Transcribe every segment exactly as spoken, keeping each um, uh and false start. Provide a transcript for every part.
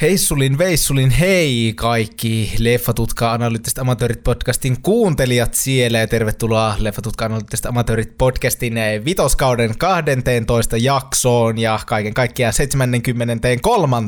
Heissulin, veissulin, hei kaikki Leffatutka Analyyttiset Amatöörit podcastin kuuntelijat siellä ja tervetuloa Leffatutka Analyyttiset Amatöörit podcastin vitoskauden kahdenteentoista jaksoon ja kaiken kaikkiaan seitsemänkymmentäkolme.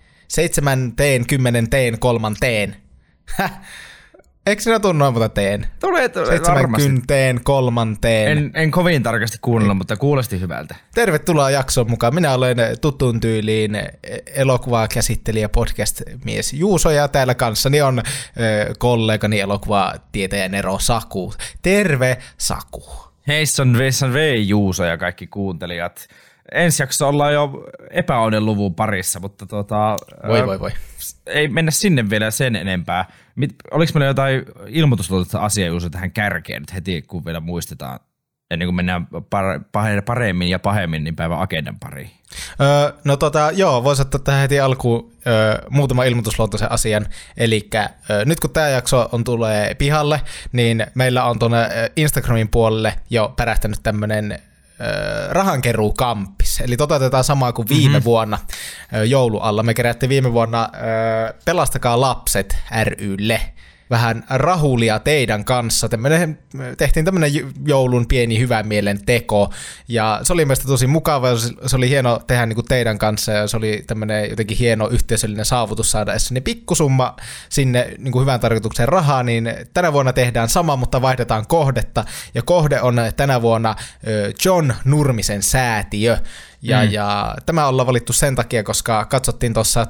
seitsemänkymmentäkolme. Häh? Eikö sinä tunnu noin muuta teen? Tulee, tulee seitsemänkymmentäkolme. En, en kovin tarkasti kuunnella, mutta kuulosti hyvältä. Tervetuloa jakson mukaan. Minä olen tuttuun tyyliin elokuvaa käsittelijä podcast-mies Juuso ja täällä kanssani on äh, kollegani elokuvatietäjä Nero Saku. Terve Saku. Heisson Veissan V Juuso ja kaikki kuuntelijat. Ensi jaksossa ollaan jo epäonnen luvun parissa, mutta tota, voi, voi, voi. Ei mennä sinne vielä sen enempää. Mit, oliko meillä jotain ilmoitusluotoista asiaa Juuso tähän kärkeen nyt heti, kun vielä muistetaan, ennen kuin mennään par, paremmin ja pahemmin niin päivän agendan pariin? Öö, no tota, joo, voisi ottaa tähän heti alkuun öö, muutama ilmoitusluontoisen asian. Eli öö, nyt kun tämä jakso on tulee pihalle, niin meillä on tuonne Instagramin puolelle jo pärähtänyt tämmöinen rahankeruukampis. Eli toteutetaan samaa kuin viime mm-hmm. vuonna joulualla. Me kerättiin viime vuonna Pelastakaa lapset ry:lle vähän rahulia teidän kanssa. Tämmönen, tehtiin tämmöinen joulun pieni hyvän mielen teko, ja se oli mielestäni tosi mukava, se oli hieno tehdä niin kuin teidän kanssa, ja se oli tämmöinen jotenkin hieno yhteisöllinen saavutus saada edes sinne pikkusumma sinne niin kuin hyvän tarkoituksen rahaa, niin tänä vuonna tehdään sama, mutta vaihdetaan kohdetta, ja kohde on tänä vuonna John Nurmisen säätiö. Ja, mm. ja tämä ollaan valittu sen takia, koska katsottiin tuossa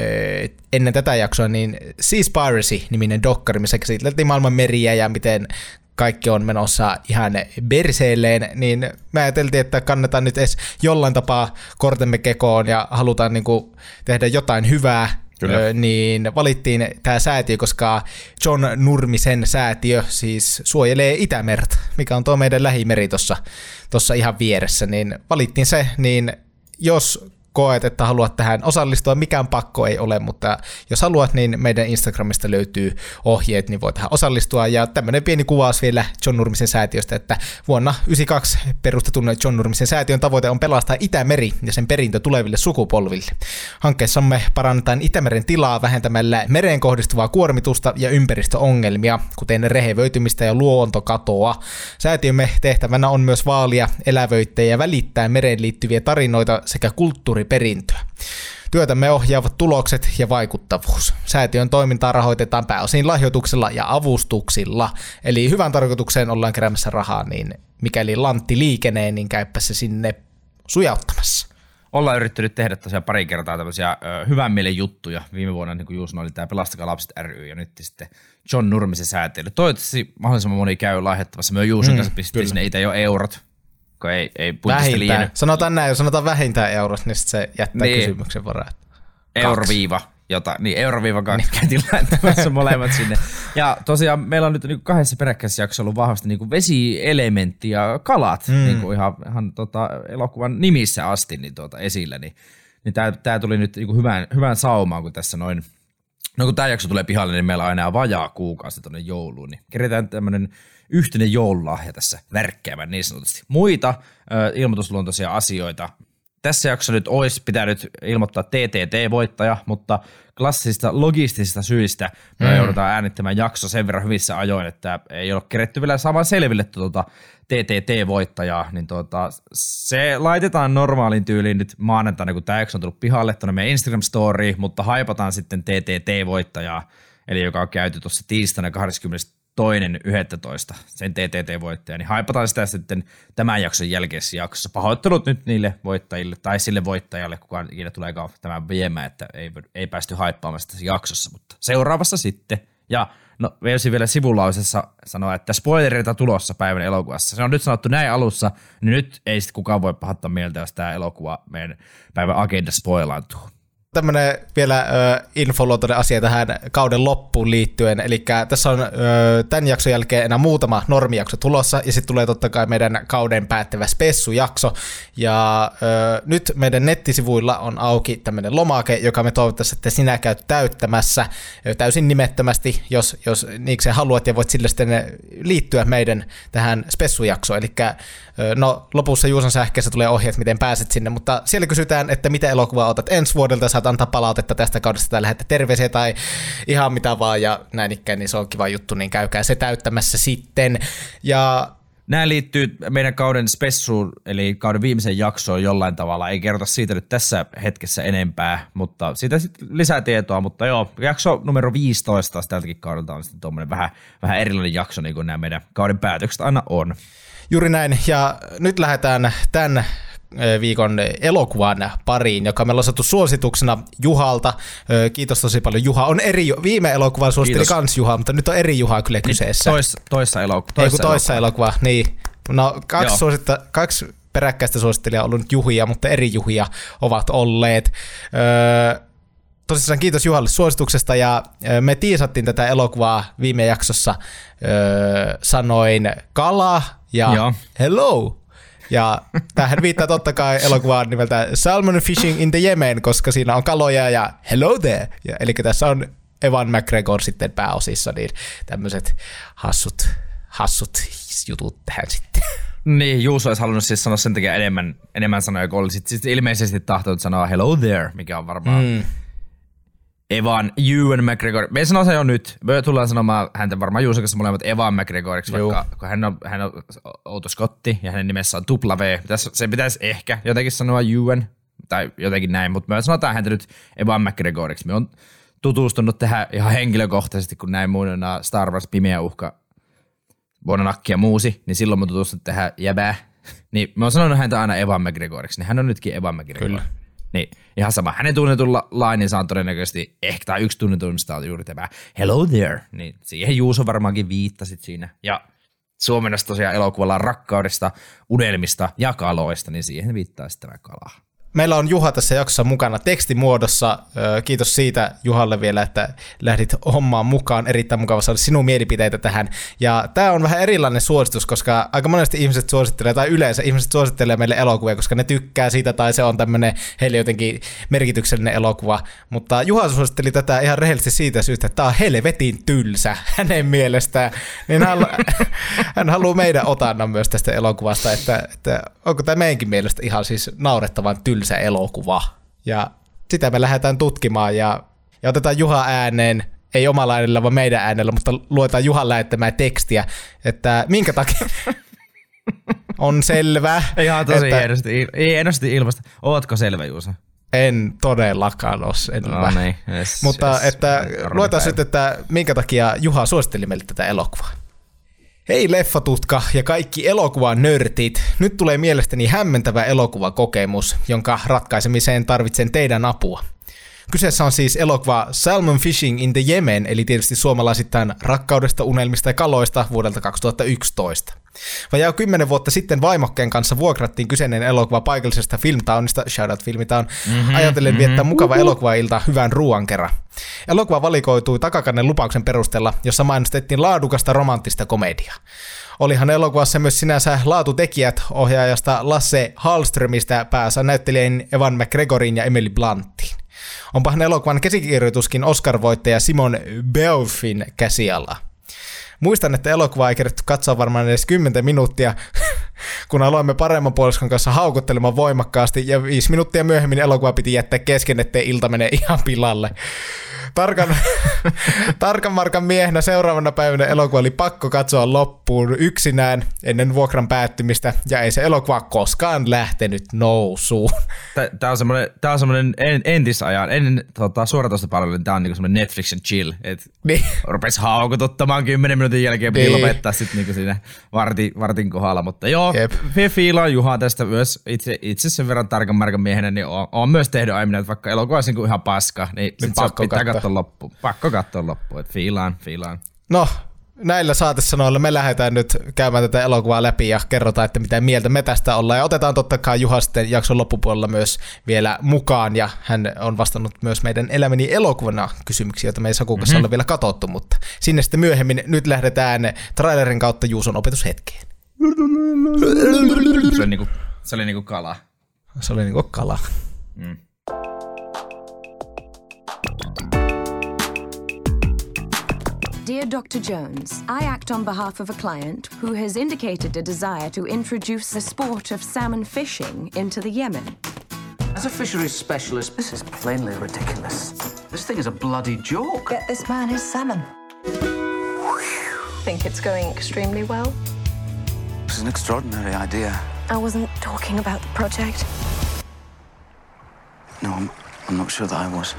ennen tätä jaksoa niin Seaspiracy-niminen dokkari, missä käsiteltiin maailman meriä ja miten kaikki on menossa ihan berseilleen, niin me ajateltiin, että kannetaan nyt edes jollain tapaa kortemme kekoon ja halutaan niin kuin tehdä jotain hyvää. Kyllä. Niin valittiin tämä säätiö, koska John Nurmisen säätiö siis suojelee Itämerta, mikä on tuo meidän lähimeri tuossa ihan vieressä, niin valittiin se, niin jos koet, että haluat tähän osallistua, mikään pakko ei ole, mutta jos haluat, niin meidän Instagramista löytyy ohjeet, niin voi tähän osallistua. Ja tämmöinen pieni kuvaus vielä John Nurmisen säätiöstä, että vuonna yhdeksänkymmentäkaksi perustetun John Nurmisen säätiön tavoite on pelastaa Itämeri ja sen perintö tuleville sukupolville. Hankkeessamme parannetaan Itämeren tilaa vähentämällä mereen kohdistuvaa kuormitusta ja ympäristöongelmia, kuten rehevöitymistä ja luontokatoa. Säätiömme tehtävänä on myös vaalia, elävöittää ja välittää mereen liittyviä tarinoita sekä kulttuuri perintöä. Työtämme ohjaavat tulokset ja vaikuttavuus. Säätiön toimintaa rahoitetaan pääosin lahjoituksilla ja avustuksilla. Eli hyvän tarkoitukseen ollaan keräämässä rahaa, niin mikäli lantti liikenee, niin käyppä se sinne sujauttamassa. Ollaan yrittänyt tehdä tosiaan pari kertaa tämmöisiä ö, hyvän mielen juttuja. Viime vuonna, niin kuin Juuso oli tämä Pelastakaa lapset ry ja nyt sitten John Nurmisen säätiö. Toivottavasti mahdollisimman moni käy lahjoittamassa. Me Juuson mm, kanssa pistettiin sinne itse jo eurot. Ei, ei vähintään. Sanotaan näin, jos sanotaan vähintään euros, niin se jättää niin kysymyksen varaan. Euroviiva, jota, niin euroviiva kaksi niin. Käytiin laittamassa molemmat sinne. Ja tosiaan meillä on nyt niin kahdessa peräkkäisessä jaksossa ollut vahvasti niin vesielementti ja kalat mm. niin ihan, ihan tota, elokuvan nimissä asti niin tuota, esillä. Niin, niin tämä tuli nyt niin hyvän, hyvän saumaan, kun tässä noin, no kun tämä jakso tulee pihalle, niin meillä on enää vajaa kuukausi tuonne jouluun. Niin kerätään tämmöinen yhteinen joululahja tässä värkkäämään niin sanotusti. Muita ö, ilmoitusluontoisia asioita. Tässä jaksossa nyt olisi pitänyt ilmoittaa T T T-voittaja, mutta klassisista logistisista syistä me mm. joudutaan äänittämään jakso sen verran hyvissä ajoin, että ei ole keretty vielä saamaan selville tuota T T T-voittajaa, niin tuota, se laitetaan normaalin tyyliin nyt maanantaina, kun tämä jakso on tullut pihalle tuonne meidän Instagram-storiin, mutta haipataan sitten T T T-voittajaa, eli joka on käyty tuossa tiistaina kahdeskymmenes toinen yhdestoista sen T T T-voittaja, niin haipataan sitä sitten tämän jakson jälkeisessä jaksossa. Pahoittelut nyt niille voittajille, tai sille voittajalle, kukaan ikinä tuleekaan tämän viemään, että ei, ei päästy haippaamaan sitä jaksossa, mutta seuraavassa sitten. Ja no voisin vielä sivulausessa sanoa, että spoilereita tulossa päivän elokuvassa. Se on nyt sanottu näin alussa, niin nyt ei sitten kukaan voi pahattaa mieltä, jos tämä elokuva meidän päivän agenda spoilaantuu. Tämmöinen vielä ö, infoluotoinen asia tähän kauden loppuun liittyen, eli tässä on ö, tämän jakson jälkeen enää muutama normijakso tulossa, ja sitten tulee totta kai meidän kauden päättävä spessujakso, ja ö, nyt meidän nettisivuilla on auki tämmöinen lomake, joka me toivottavasti, että sinä käyt täyttämässä ö, täysin nimettömästi, jos, jos niikseen haluat, ja voit sille sitten liittyä meidän tähän spessujaksoon, eli no lopussa Juuson sähkeessä tulee ohjeet, miten pääset sinne, mutta siellä kysytään, että mitä elokuvaa otat ensi vuodelta, saat antaa palautetta tästä kaudesta tai lähettää terveisiä tai ihan mitä vaan ja näin ikään, niin se on kiva juttu, niin käykää se täyttämässä sitten. Ja nämä liittyy meidän kauden spessuun, eli kauden viimeisen jaksoon jollain tavalla. Ei kerrota siitä nyt tässä hetkessä enempää, mutta siitä sitten lisää tietoa. Mutta joo, jakso numero viisitoista tältäkin kaudelta on sitten tuommoinen vähän, vähän erilainen jakso, niin kuin nämä meidän kauden päätökset aina on. Juuri näin, ja nyt lähdetään tämän viikon elokuvan pariin, joka meillä on saatu suosituksena Juhalta. Kiitos tosi paljon. Juha on eri, viime elokuvan suositteli kans Juha, mutta nyt on eri Juha kyllä kyseessä. Tois, toissa elokuva. Toissa, Ei, toissa elokuva. elokuva, niin. No kaksi, suositta, kaksi peräkkäistä suosittelijaa on ollut Juhia, mutta eri Juhia ovat olleet. Öö, tosissaan kiitos Juhalle suosituksesta, ja me tiisattiin tätä elokuvaa viime jaksossa öö, sanoin kala ja Joo. hello. Ja tämähän viittaa totta kai elokuvaan nimeltä Salmon Fishing in the Yemen, koska siinä on kaloja ja hello there. Ja, eli tässä on Ewan McGregor sitten pääosissa, niin tämmöiset hassut, hassut jutut tähän sitten. Niin, Juuso olisi halunnut siis sanoa sen takia enemmän, enemmän sanoja, kun olisi siis ilmeisesti tahtonut sanoa hello there, mikä on varmaan mm. Ewan Ewan McGregor. Me sanon se jo nyt. Me tullaan sanomaan häntä varmaan Juuson kanssa molemmat Ewan McGregoriksi, vaikka kun hän on, hän on outo skotti ja hänen nimessä on tupla V. Se pitäisi ehkä jotenkin sanoa Ewan tai jotenkin näin, mutta me sanotaan häntä nyt Ewan McGregoriksi. Me on tutustunut tähän ihan henkilökohtaisesti, kun näin muun Star Wars Pimeä uhka vuonna nakki ja muusi, niin silloin mä tutustunut tähän jäbää. Niin mä oon sanonut häntä aina Ewan McGregoriksi, niin hän on nytkin Ewan McGregor. Kyllä. Niin, ihan sama. Hänen tunnetulla laininsa on todennäköisesti ehkä, tai yksi tunnetuimmista on juuri tämä hello there. Niin siihen Juuso varmaankin viittasit siinä. Ja suomennassa tosiaan elokuvalla rakkaudesta, unelmista ja kaloista, niin siihen viittaa sitten tämä kala. Meillä on Juha tässä jaksossa mukana tekstimuodossa. Kiitos siitä Juhalle vielä, että lähdit hommaan mukaan. Erittäin mukava saada sinun mielipiteitä tähän. Ja tämä on vähän erilainen suositus, koska aika monesti ihmiset suosittelee, tai yleensä ihmiset suosittelee meille elokuvia, koska ne tykkää siitä, tai se on tämmöinen heille jotenkin merkityksellinen elokuva. Mutta Juha suositteli tätä ihan rehellisesti siitä syystä, että tämä on helvetin tylsä hänen mielestään. Niin hän, hän haluaa meidän otannan myös tästä elokuvasta, että, että onko tämä meidänkin mielestä ihan siis naurettavan tylsä se elokuva. Ja sitä me lähdetään tutkimaan ja, ja otetaan Juha ääneen, ei omalla äänellä, vaan meidän äänellä, mutta luetaan Juhan lähettämään tekstiä, että minkä takia on selvä. Ihan tosi että, hienosti, hienosti ilmasta. Ootko selvä, Juuso? En todellakaan ole. No niin, yes, mutta yes, että luetaan sitten, että minkä takia Juha suositteli meille tätä elokuvaa. Hei leffatutka ja kaikki elokuvan nörtit. Nyt tulee mielestäni hämmentävä elokuvakokemus, jonka ratkaisemiseen tarvitsen teidän apua. Kyseessä on siis elokuva Salmon Fishing in the Yemen, eli tietysti suomalaisittain Rakkaudesta, unelmista ja kaloista vuodelta kaksituhattayksitoista. Vajaa kymmenen vuotta sitten vaimokkeen kanssa vuokrattiin kyseinen elokuva paikallisesta Filmtownista, shoutout Filmtown, mm-hmm, ajatellen mm-hmm. viettää mukava elokuvailta hyvän ruoan kerran. Elokuva valikoitui takakannen lupauksen perusteella, jossa mainostettiin laadukasta romanttista komediaa. Olihan elokuvassa myös sinänsä laatutekijät ohjaajasta Lasse Hallströmistä päässä näyttelijän Ewan McGregorin ja Emily Bluntiin. Onpahan elokuvan käsikirjoituskin Oscar-voittaja Simon Beaufin käsiala. Muistan, että elokuvaa ei kerätty katsoa varmaan edes kymmentä minuuttia, kun aloimme paremman puoliskon kanssa haukuttelemaan voimakkaasti, ja viisi minuuttia myöhemmin elokuva piti jättää kesken, ettei ilta menee ihan pilalle. Tarkan, tarkan markan miehenä seuraavana päivänä elokuva oli pakko katsoa loppuun yksinään ennen vuokran päättymistä, ja ei se elokuva koskaan lähtenyt nousuun. Tämä on semmoinen, tämä on semmoinen entisajan, ennen tota, suoratoistopalvelun, tämä on niinku semmoinen Netflix and chill, että niin. Rupesi haukututtamaan kymmenen minuutin jälkeen, piti niin. lopettaa sitten niinku siinä vartin, vartin kohdalla, mutta joo, fiilaan Juha tästä myös, itse, itse sen verran tarkan markan miehenä, niin on, on myös tehnyt aiemmin, että vaikka elokuva olisi niinku ihan paska, niin, niin pakko pitää katsoa loppuun. Pakko katsoa loppuun, että fiilaan, fiilaan. No, näillä saatesanoilla me lähdetään nyt käymään tätä elokuvaa läpi ja kerrotaan, että mitä mieltä me tästä ollaan. Ja otetaan totta kai Juha sitten jakson loppupuolella myös vielä mukaan, ja hän on vastannut myös meidän elämäni elokuvana kysymyksiä, joita me ei Sakun kanssa mm-hmm. ole vielä katsottu, mutta sinne sitten myöhemmin nyt lähdetään trailerin kautta Juuson opetushetkeen. Se oli niinku, se oli niinku kala. Se oli niinku kala. Mm. Dear Doctor Jones, I act on behalf of a client who has indicated a desire to introduce the sport of salmon fishing into the Yemen. As a fisheries specialist, this is plainly ridiculous. This thing is a bloody joke. Get this man his salmon. Think it's going extremely well? This is an extraordinary idea. I wasn't talking about the project. No, I'm, I'm not sure that I was.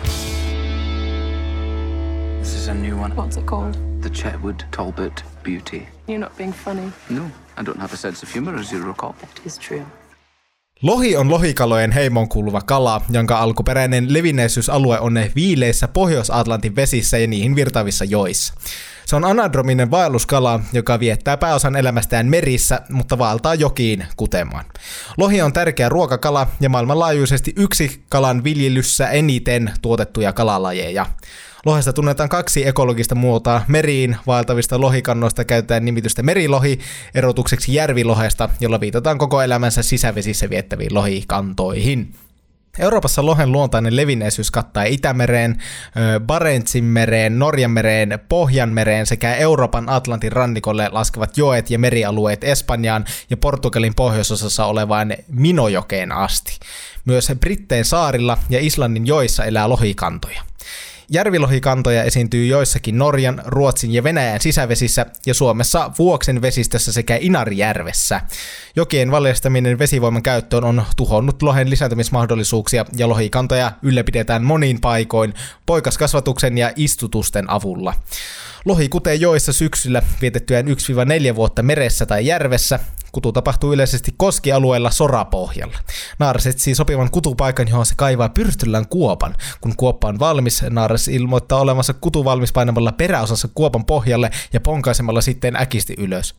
This is a new one. What's it called? The Chetwood Talbot Beauty. You're not being funny. No, I don't have a sense of humor, as you recall. That is true. Lohi on lohikalojen heimoon kuuluva kala, jonka alkuperäinen levinneisyysalue on viileissä Pohjois-Atlantin vesissä ja niihin virtaavissa joissa. Se on anadrominen vaelluskala, joka viettää pääosan elämästään merissä, mutta vaeltaa jokiin kutemaan. Lohi on tärkeä ruokakala ja maailmanlaajuisesti yksi kalan viljelyssä eniten tuotettuja kalalajeja. Lohesta tunnetaan kaksi ekologista muotoa. Meriin vaeltavista lohikannoista käytetään nimitystä merilohi erotukseksi järvilohesta, jolla viitataan koko elämänsä sisävesissä viettäviin lohikantoihin. Euroopassa lohen luontainen levinneisyys kattaa Itämereen, Barentsinmereen, Norjanmereen, Pohjanmereen sekä Euroopan Atlantin rannikolle laskevat joet ja merialueet Espanjaan ja Portugalin pohjoisosassa olevaan Minojokeen asti. Myös Brittein saarilla ja Islannin joissa elää lohikantoja. Järvilohikantoja esiintyy joissakin Norjan, Ruotsin ja Venäjän sisävesissä ja Suomessa Vuoksen vesistössä sekä Inarijärvessä. Jokien valjastaminen vesivoiman käyttöön on tuhonnut lohen lisääntymismahdollisuuksia ja lohikantoja ylläpidetään monin paikoin poikaskasvatuksen ja istutusten avulla. Lohi kutee joissa syksyllä vietettyään yksi neljä vuotta meressä tai järvessä. Kutu tapahtuu yleisesti koskialueella sorapohjalla. Naaras etsii sopivan kutupaikan, johon se kaivaa pyrstyllään kuopan. Kun kuoppa on valmis, naaras ilmoittaa olevansa kutu valmis painamalla peräosansa kuopan pohjalle ja ponkaisemalla sitten äkisti ylös.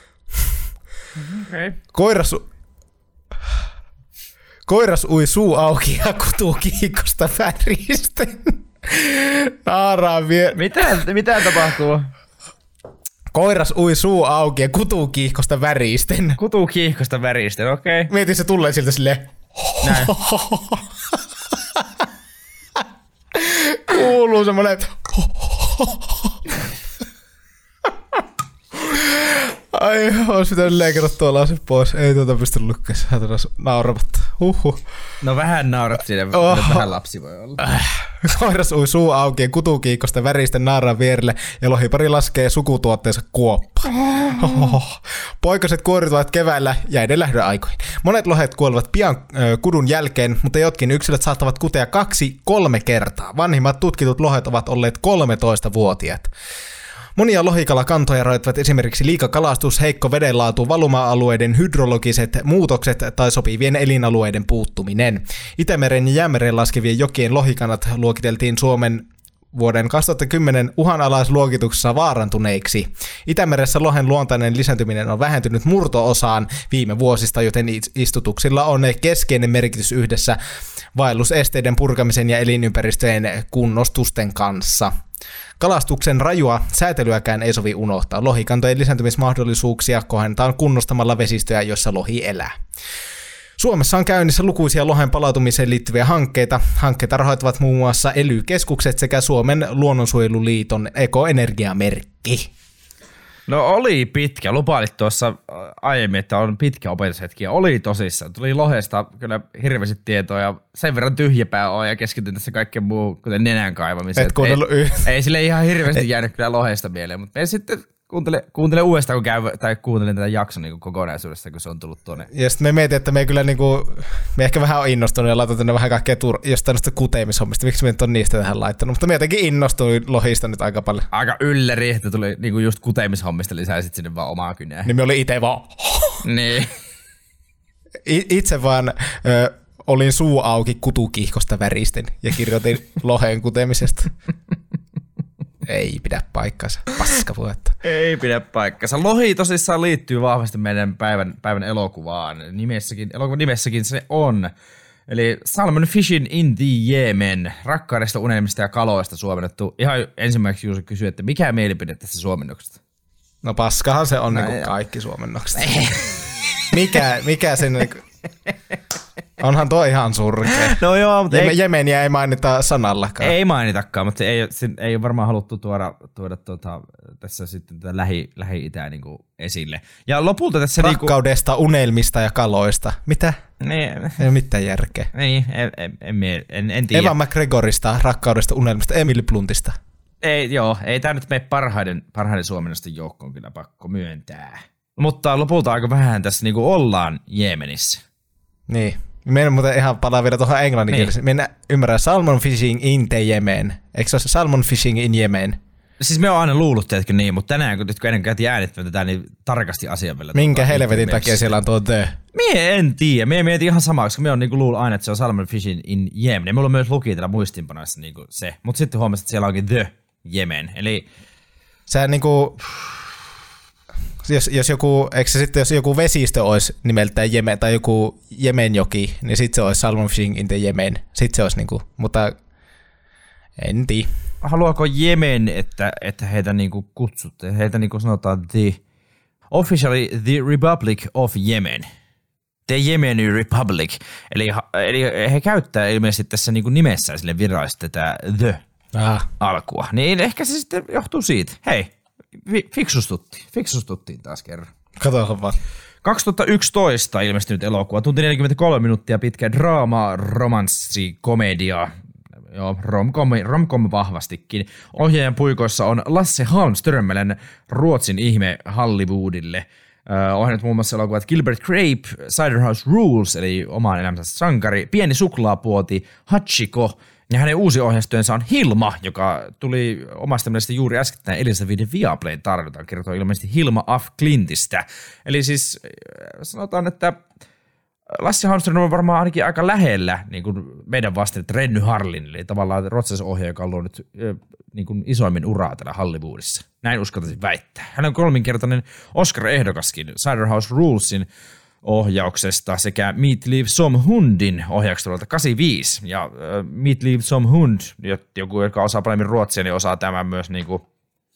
Okay. Koiras... Koiras ui suu auki ja kutu kiikosta väristen. Naaraan vie... Mitä, mitä tapahtuu? Koiras ui suu auki ja kutuu kiihkosta väristen. Kutuu kiihkosta väristen, okei. Okay. Mietin, se tulee siltä silleen. Näin. Kuuluu semmoinen. Ai, olisi pitänyt leikata tuolla se pois. Ei tuota pysty lukkeessa. Saatana nauramatta. Huhhuh. No vähän naurat siinä, oh. Vähän lapsi voi olla. Koiras ui suu auki ja kutuu kiikosta väristen naaraan vierelle ja lohipari laskee sukutuotteensa kuoppaan. Oh. Poikaset kuoriutuvat keväällä jäiden lähdön aikoihin. Monet lohet kuolevat pian äh, kudun jälkeen, mutta jotkin yksilöt saattavat kutea kaksi kolme kertaa. Vanhimmat tutkitut lohet ovat olleet kolmetoistavuotiaat. Monia lohikalakantoja rajoittavat esimerkiksi liikakalastus, heikko vedenlaatu, valuma-alueiden hydrologiset muutokset tai sopivien elinalueiden puuttuminen. Itämeren ja Jäämeren laskevien jokien lohikannat luokiteltiin Suomen vuoden kaksituhattakymmenen uhanalaisluokituksessa vaarantuneiksi. Itämeressä lohen luontainen lisääntyminen on vähentynyt murto-osaan viime vuosista, joten istutuksilla on keskeinen merkitys yhdessä vaellusesteiden purkamisen ja elinympäristöjen kunnostusten kanssa. Kalastuksen rajua säätelyäkään ei sovi unohtaa. Lohikantojen lisääntymismahdollisuuksia kohennetaan kunnostamalla vesistöjä, joissa lohi elää. Suomessa on käynnissä lukuisia lohen palautumiseen liittyviä hankkeita. Hankkeita rahoittavat muun muassa E L Y-keskukset sekä Suomen luonnonsuojeluliiton ekoenergiamerkki. No oli pitkä. Lupailit tuossa aiemmin, että on pitkä opetushetki. Oli tosissaan. Tuli lohesta kyllä hirveästi tietoa ja sen verran tyhjäpää on ja keskityn tässä kaikkeen muuhun, kuten nenän kaivamiseen. Ei, ei sille ihan hirveästi jäänyt kyllä lohesta mieleen, mutta me sitten kuuntele, kuuntele uudestaan, kun käy, tai kuuntelen tätä jakson niin kokonaisuudesta, kun se on tullut tuonne. Ja sitten me mietin, että me kyllä niinku, me ehkä vähän on innostunut ja laitan tänne vähän kaikkea tur- jostain noista kuteemishommista. Miksi me nyt on niistä tähän laittanut? Mutta me jotenkin innostuin lohista nyt aika paljon. Aika ylläri, että tuli niinku just kuteemishommista lisää sit sinne vaan omaa kynää. Niin me oli itse vaan. Niin. Itse vaan ö, olin suu auki kutukihkosta väristen ja kirjoitin lohen kutemisesta. Ei pidä paikkansa. Paskapuhetta. Ei pidä paikkansa. Lohi tosissaan liittyy vahvasti meidän päivän, päivän elokuvaan. Nimessäkin, elokuvan nimessäkin se on. Eli Salmon Fishing in the Yemen. Rakkaudesta, unelmista ja kaloista suomennettu. Ihan ensimmäiseksi Juuso kysyy, että mikä mielipide tästä suomennoksesta? No paskahan se on no, niin kuin kaikki suomennokset. mikä, mikä sen... Niin kuin... Onhan tuo ihan surkea. No joo, mutta Jeme, ei, Jemeniä ei mainita sanallakaan. ei mainitakaan, mutta ei, ei ole varmaan haluttu tuoda, tuoda tuota, tässä sitten tätä lähi, Lähi-Itää niin kuin esille. Ja lopulta tässä... Rakkaudesta, niin kuin, unelmista ja kaloista. Mitä? Niin, ei ole mitään järkeä. Niin, en, en, en, en, en tiedä. Evan McGregorista, rakkaudesta, unelmista, Emily Bluntista. Ei, joo, ei tämä nyt mene parhaiden, parhaiden suomalaisten joukkoon kyllä pakko myöntää. Mutta lopulta aika vähän tässä niin kuin ollaan Jemenissä. Niin. Me en muuten ihan palaa vielä tuohon englanninkieliseen. Niin. Me en ymmärrä salmon fishing in the Yemen. Eikö se ole salmon fishing in Yemen? Siis me on aina luullut, teetkö niin, mutta tänään kun, kun ennen käytiin äänittämään tätä, niin tarkasti asian vielä. Minkä helvetin takia siellä on tuo the? Mie en tiedä. Mie mietin ihan samaa, koska me on niinku luullut aina, että se on salmon fishing in Yemen. Mulla on myös lukitella muistinpanoissa niinku se. Mutta sitten huomasin, että siellä onkin the Yemen. Eli... Sä niinku... Jos, jos joku, eikö se sitten, jos joku vesistö olisi nimeltään Jemen tai joku Jemenjoki, niin sitten se olisi salmon fishing in the Yemen. Sitten se olisi niinku, mutta en tiedä. Haluaako Jemen, että, että heitä niinku kutsutte? Heitä niinku sanotaan the, officially the Republic of Yemen. The Yemeni Republic. Eli, eli he käyttää ilmeisesti tässä niinku nimessään sille virallisesti tätä the ah. alkua. Niin ehkä se sitten johtuu siitä. Hei. Fiksustuttiin. Fiksustuttiin taas kerran. Katohan vaan. kaksituhattayksitoista ilmestynyt elokuva. Tunti neljäkymmentäkolme minuuttia pitkä draama, romanssi, komedia. Joo, romcom, romcom vahvastikin. Ohjaajan puikoissa on Lasse Hallströmmelen Ruotsin ihme Hollywoodille. Öö, ohjannut muun muassa elokuvat Gilbert Grape, Ciderhouse Rules, eli omaan elämänsä sankari, Pieni suklaapuoti, Hachiko. Ja hänen uusi ohjaustyönsä on Hilma, joka tuli omasta mielestä juuri äskettäin Elisa Viiden Viaplayn tarjotaan, kertoo ilmeisesti Hilma af Klintistä. Eli siis sanotaan, että Lasse Hallström on varmaan ainakin aika lähellä niin kuin meidän vastineet Renny Harlin, eli tavallaan ruotsalaisen ohjaaja, joka on luonut niin kuin isoimmin uraa täällä Hollywoodissa. Näin uskaltaisin väittää. Hän on kolminkertainen Oscar-ehdokaskin Ciderhouse Rulesin ohjauksesta sekä Meet Leave Some Hundin ohjauksesta vuodelta kahdeksankymmentäviisi. Ja äh, Meet Leave Some Hund, joku, joka osaa paremmin ruotsia, niin osaa tämän myös niin kuin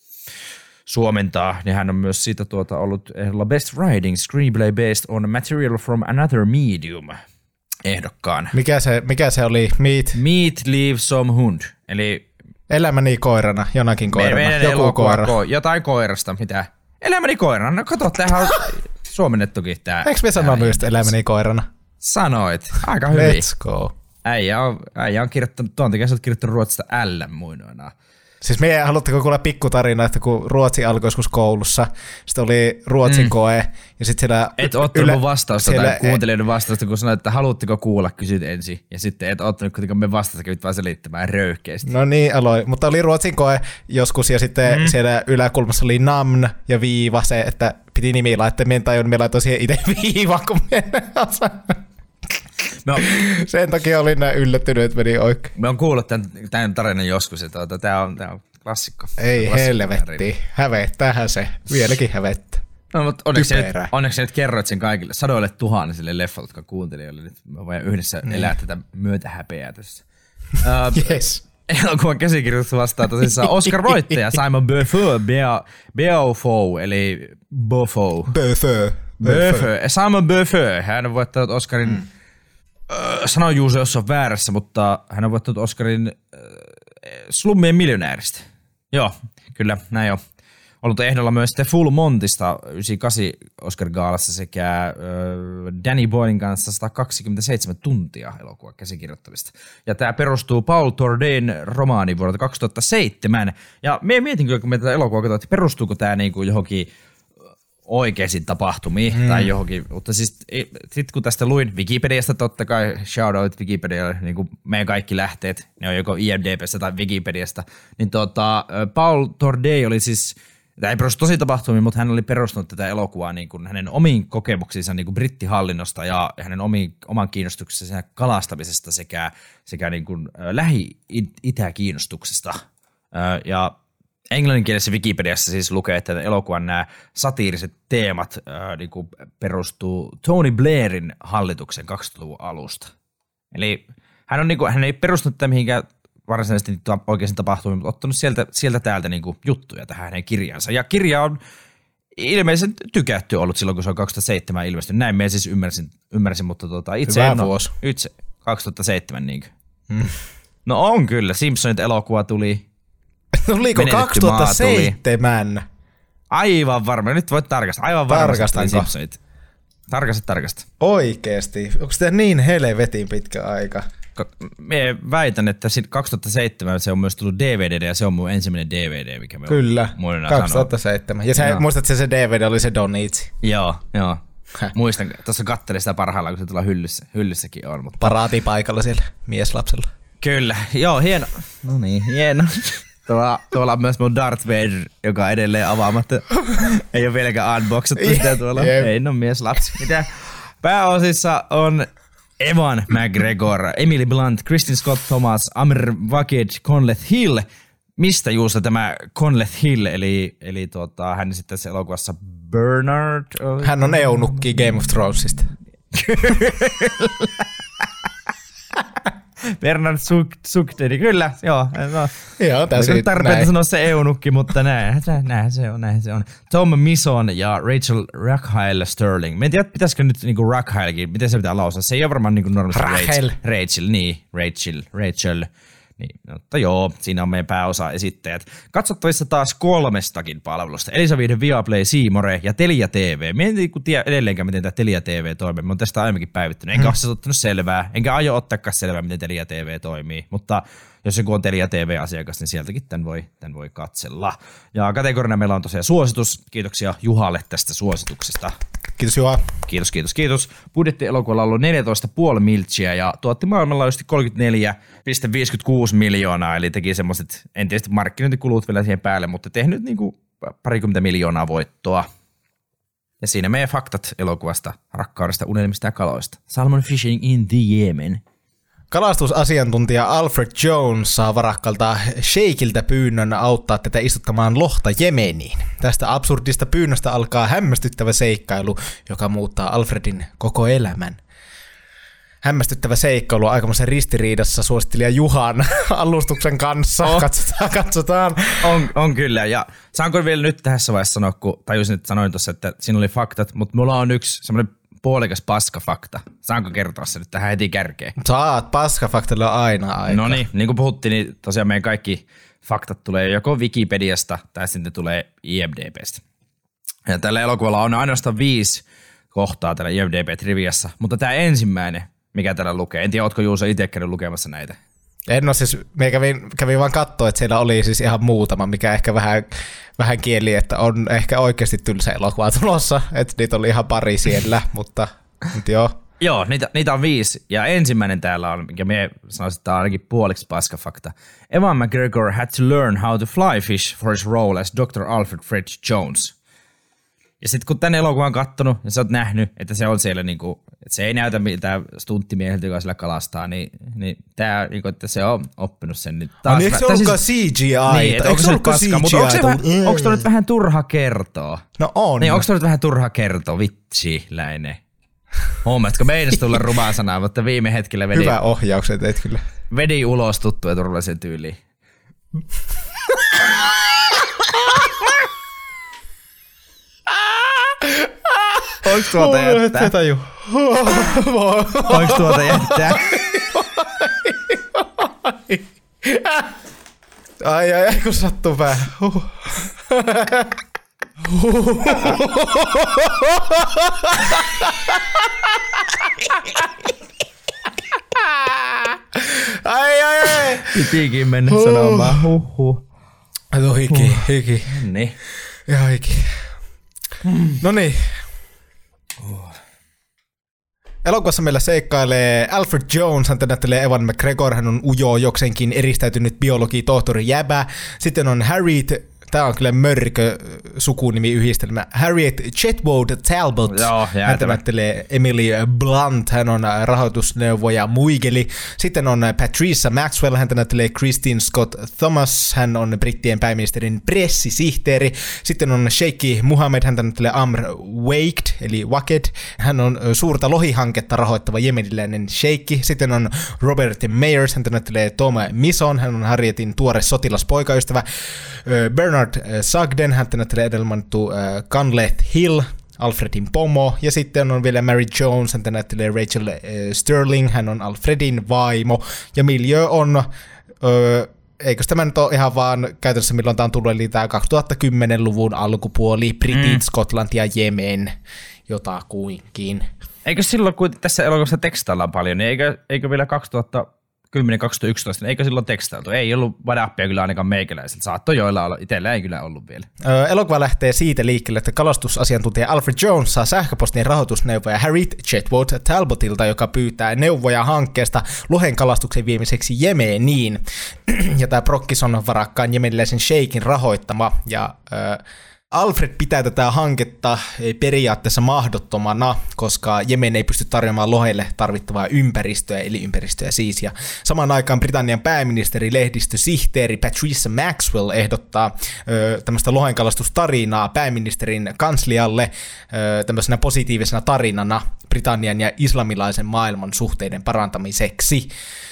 suomentaa. Niin hän on myös siitä tuota ollut ehdolla Best Writing Screenplay Based on Material from Another Medium ehdokkaan. Mikä se, mikä se oli? Meet? Meet Leave Some Hund. Eli Elämäni koirana, jonakin koirana, meidän joku koira. Ko- jotain koirasta, mitä? Elämäni koirana. No kato, tämähän on suomennettukin tää. Eikö me sanonut just elämäni koirana? Sanoit. Aika hyvin. Let's go. Äijä on, äijä on kirjoittanut, tuon takia sä oot kirjoittanut ruotsista L muinoinaan. Siis me haluatteko kuulla pikkutarina, että kun Ruotsi alkoi joskus koulussa, sitten oli Ruotsin mm. koe, ja sitten siellä... Et ottanut mun vastausta tai kuuntelijoiden vastausta, kun sanoit, että haluatteko kuulla, kysyt ensin, ja sitten et ottanut kuitenkaan me vastausta, kävit vaan selittämään röyhkeästi. No niin, aloin, mutta oli Ruotsin koe joskus, ja sitten mm. siellä yläkulmassa oli namn ja viiva, se, että piti nimi laittaa, me en tajunnut, me laitoin siihen itse viiva, kun me en osannut. No, sen takia olin näin yllättynyt, että meni oikein. Me on kuullut tämän, tämän tarinan joskus, että tuota, tämä on, tämä on klassikko. Ei klassikko helvetti, hävettäähän se, vieläkin hävettä. No, mutta onneksi nyt, onneksi nyt kerroit sen kaikille sadoille tuhannisille leffoille, jotka kuuntelijoille. Nyt me voidaan yhdessä mm. elää tätä myötähäpeää tässä. uh, yes. Elokuvan käsikirjoitus vastaa tosissaan Oscar-voittaja Simon Beaufort, Beaufort, eli Beaufort. Beaufort. Beaufort. Simon Beaufort, hän on voittanut Oscarin, mm. äh, sanon Juuso, jos on väärässä, mutta hän on voittanut Oscarin äh, Slummien miljonääristä. Joo, kyllä, näin on. Ollut ehdolla myös The Full Montista yhdeksänkymmentäkahdeksan Oscar-gaalassa sekä äh, Danny Boylin kanssa sata kaksikymmentäseitsemän tuntia elokuvan käsikirjoittamista. Ja tämä perustuu Paul Tordayn romaaniin vuodelta kaksituhattaseitsemän. Ja me mietin, kun me tätä elokuvaa katsoin, että perustuuko tämä niinku johonkin oikeisiin tapahtumiin mm. tai johonkin, mutta siis sitten kun tästä luin Wikipediasta, totta kai shoutout Wikipedialle, niin kuin meidän kaikki lähteet, ne on joko I M D B:stä tai Wikipediasta, niin tota, Paul Torday oli siis, tämä ei perustu tosi tapahtumiin, mutta hän oli perustanut tätä elokuvaa niin kuin hänen omiin kokemuksiinsa niin kuin brittihallinnosta ja hänen omiin, oman kiinnostuksensa kalastamisesta sekä, sekä niin kuin lähi-itä-kiinnostuksesta. Ja englanninkielisessä Wikipediassa siis lukee, että elokuvan nämä satiiriset teemat ää, niin kuin perustuu Tony Blairin hallituksen kaksituhattaluvun alusta. Eli hän, on, niin kuin, hän ei perustunut tähän mihinkään varsinaisesti oikeasti tapahtumiin, mutta ottanut sieltä, sieltä täältä niin kuin juttuja tähän hänen kirjansa. Ja kirja on ilmeisen tykätty ollut silloin, kun se on kaksituhattaseitsemän ilmestynyt. Näin me siis ymmärsin, ymmärsin mutta tota, itse Hyvä en vuosi. ole. Itse kaksituhattaseitsemän niinkö? Hmm. No on kyllä. Simpsonit elokuva tuli. Tuliko kaksituhattaseitsemän? Aivan varma. Nyt voit tarkastaa. Aivan varmasti Simpsonit. Tarkasta, tarkasta. Oikeesti? Onko tämä niin helvetin pitkä aika? Mie väitän, että kaksituhattaseitsemän se on myös tullut D V D ja se on mun ensimmäinen D V D, mikä me Kyllä, kaksituhattaseitsemän. Ja sä muistat, että se D V D oli se Don Eats? Joo, joo. Häh. Muistan, tuossa kattelin sitä parhaillaan, kun se tuolla hyllyssä, hyllyssäkin on. Mutta... Paraati paikalla siellä mieslapsella. Kyllä, joo, hieno. No niin, hieno. Tuolla, tuolla on myös mun Darth Vader, joka on edelleen avaamatta. Ei ole vieläkään unboxattu sitä tuolla. Yep. Ei no mieslapsi. Mitä? Pääosissa on Ewan McGregor, Emily Blunt, Kristin Scott Thomas, Amr Vaked, Conleth Hill. Mistä juuri tämä Conleth Hill, eli, eli tuota, hän sitten tässä elokuvassa Bernard? Hän on eunukki Game of Thronesista. Bernard Sugden, kyllä, joo. No. Joo, tässä on tarpeetti sanoa se eunukki, mutta näin, näin se on, näin se on. Tom Mison ja Rachel Rackhail Sterling. Mä en tiedä, pitäisikö nyt niinku Rackhailkin, miten se pitää lausua. Se ei ole varmaan niinku normaalisti Rachel. Rachel, niin, Rachel, Rachel. Niin, mutta joo, siinä on meidän pääosa esittäjät. Katsottavissa taas kolmestakin palvelusta. Elisa Viihde, Viaplay, C More ja Telia T V. Mä en tiedä edelleenkään, miten tämä Telia T V toimii. Mä oon tästä aiemminkin päivittänyt. Enkä hmm. ole se ottanut selvää. Enkä aio ottaakaan selvää, miten Telia T V toimii. Mutta jos joku on Telia T V-asiakas, niin sieltäkin tämän voi, tämän voi katsella. Ja kategorina meillä on tosiaan suositus. Kiitoksia Juhalle tästä suosituksesta. Kiitos Juha. Kiitos, kiitos, kiitos. Budjettielokuvalla on ollut neljätoista pilkku viisi miltsiä ja tuotti maailmanlaajuisesti kolmekymmentäneljä pilkku viisikymmentäkuusi miljoonaa, eli teki semmoiset, en tietysti markkinointikulut vielä siihen päälle, mutta tehnyt niinku parikymmentä miljoonaa voittoa. Ja siinä meidän faktat elokuvasta, rakkaudesta, unelmista ja kaloista. Salmon fishing in the Yemen. Kalastusasiantuntija Alfred Jones saa varakkalta Sheikiltä pyynnön auttaa tätä istuttamaan lohta Jemeniin. Tästä absurdista pyynnöstä alkaa hämmästyttävä seikkailu, joka muuttaa Alfredin koko elämän. Hämmästyttävä seikkailu on aikamoisen ristiriidassa suosittelija Juhan alustuksen kanssa. Oh. Katsotaan, katsotaan. On, on kyllä, ja saanko vielä nyt tässä vaiheessa sanoa, kun tajusin, että sanoin tuossa, että siinä oli faktat, mutta mulla on yksi semmoinen puolikas paskafakta. Saanko kertoa se nyt tähän heti kärkeen? Saat, paskafaktalla on aina aika. No niin, niin kuin puhuttiin, niin tosiaan meidän kaikki faktat tulee joko Wikipediasta tai sitten tulee I M D B:stä. Ja tällä elokuvalla on ainoastaan viisi kohtaa tällä I M D B-triviassa, mutta tämä ensimmäinen, mikä täällä lukee, en tiedä, ootko Juuso itse käynyt lukemassa näitä? En ole siis, me kävin, kävin vaan katsoa, että siellä oli siis ihan muutama, mikä ehkä vähän, vähän kieli, että on ehkä oikeasti tylsä elokuva tulossa, että niitä oli ihan pari siellä, mutta, mutta joo. Joo, niitä, niitä on viisi, ja ensimmäinen täällä on, mikä me sanoisin, että on ainakin puoliksi paskafakta. Ewan McGregor had to learn how to fly fish for his role as doctor Alfred Fred Jones. Ja sitten kun tän elokuvan on kattonut ja sä oot nähnyt, että se on siellä niinku, että se ei näytä mitään stunttimieheltä, joka sillä kalastaa, niin, niin tää, niinku, että se on oppinut sen. Niin taas no, eikö se ollutkaan C G I? Niin, onko se ollut C G I? Mutta onko se nyt vähän turha kertoa? No on. Niin, onko se nyt vähän turha kertoa? Vitsiläinen. Huomatko, meinas tulla rumaa sanaa, mutta viime hetkellä vedi... Hyvä ohjaukset teit kyllä. Vedi ulos tuttua turvallisen tyyliin. Onks tuota jättää? Et taju. Onks tuota jättää? Ai ai ai, kun sattuu päähän. Huh. Ai ai ai. Pitiikin mennä huh. sanomaan huhhuh. No hiki, huh. hiki. Niin. Ja hiki. Hmm. No niin. Elokuvassa meillä seikkailee Alfred Jones, hän näyttelee Ewan McGregor, hän on ujo, jokseenkin eristäytynyt biologi-tohtori jäbä. Sitten on Harriet, tää on kyllä mörkö sukunimi-yhdistelmä, Harriet Chetwood Talbot, joo, hän näyttelee Emily Blunt, hän on rahoitusneuvoja muigeli. Sitten on Patricia Maxwell, hän näyttelee Kristin Scott Thomas, hän on brittien pääministerin pressisihteeri. Sitten on Sheikh Mohammed, hän näyttelee Amr Waked, eli Waked, hän on suurta lohihanketta rahoittava jemeniläinen sheikki. Sitten on Robert Meyers, hän näyttelee Tom Mison, hän on Harrietin tuore sotilaspoikaystävä. Bernard Bernard Sugden, hän näyttelee edellä mainittu Conleth Hill, Alfredin pomo, ja sitten on vielä Mary Jones, hän näyttelee Rachel Sterling, hän on Alfredin vaimo, ja miljö on, öö, eikös tämä nyt ole ihan vaan käytännössä milloin tämä on tullut, eli tämä kaksituhattakymmenluvun alkupuoli, Britit, mm. Skotlanti ja Jemen, jotakuinkin. Eikö silloin, kun tässä elokuvassa tekstaillaan paljon, niin eikö, eikö vielä kaksituhattakymmenen kaksituhattayksitoista, niin eikö silloin tekstailtu? Ei ollut WhatsAppia kyllä ainakaan meikäläisiltä. Saattoi joilla olla, itsellä ei kyllä ollut vielä. Öö, elokuva lähtee siitä liikkeelle, että kalastusasiantuntija Alfred Jones saa sähköpostin rahoitusneuvoja Harriet Chetwood Talbotilta, joka pyytää neuvoja hankkeesta lohen kalastuksen viemiseksi Jemeniin. Ja tämä prokkis on varakkaan jemeniläisen sheikin rahoittama, ja öö, Alfred pitää tätä hanketta periaatteessa mahdottomana, koska Jemen ei pysty tarjoamaan lohelle tarvittavaa ympäristöä, eli ympäristöä siis. Ja samaan aikaan Britannian pääministeri, lehdistösihteeri Patricia Maxwell ehdottaa ö, tämmöistä lohenkalastustarinaa pääministerin kanslialle ö, tämmöisenä positiivisena tarinana Britannian ja islamilaisen maailman suhteiden parantamiseksi.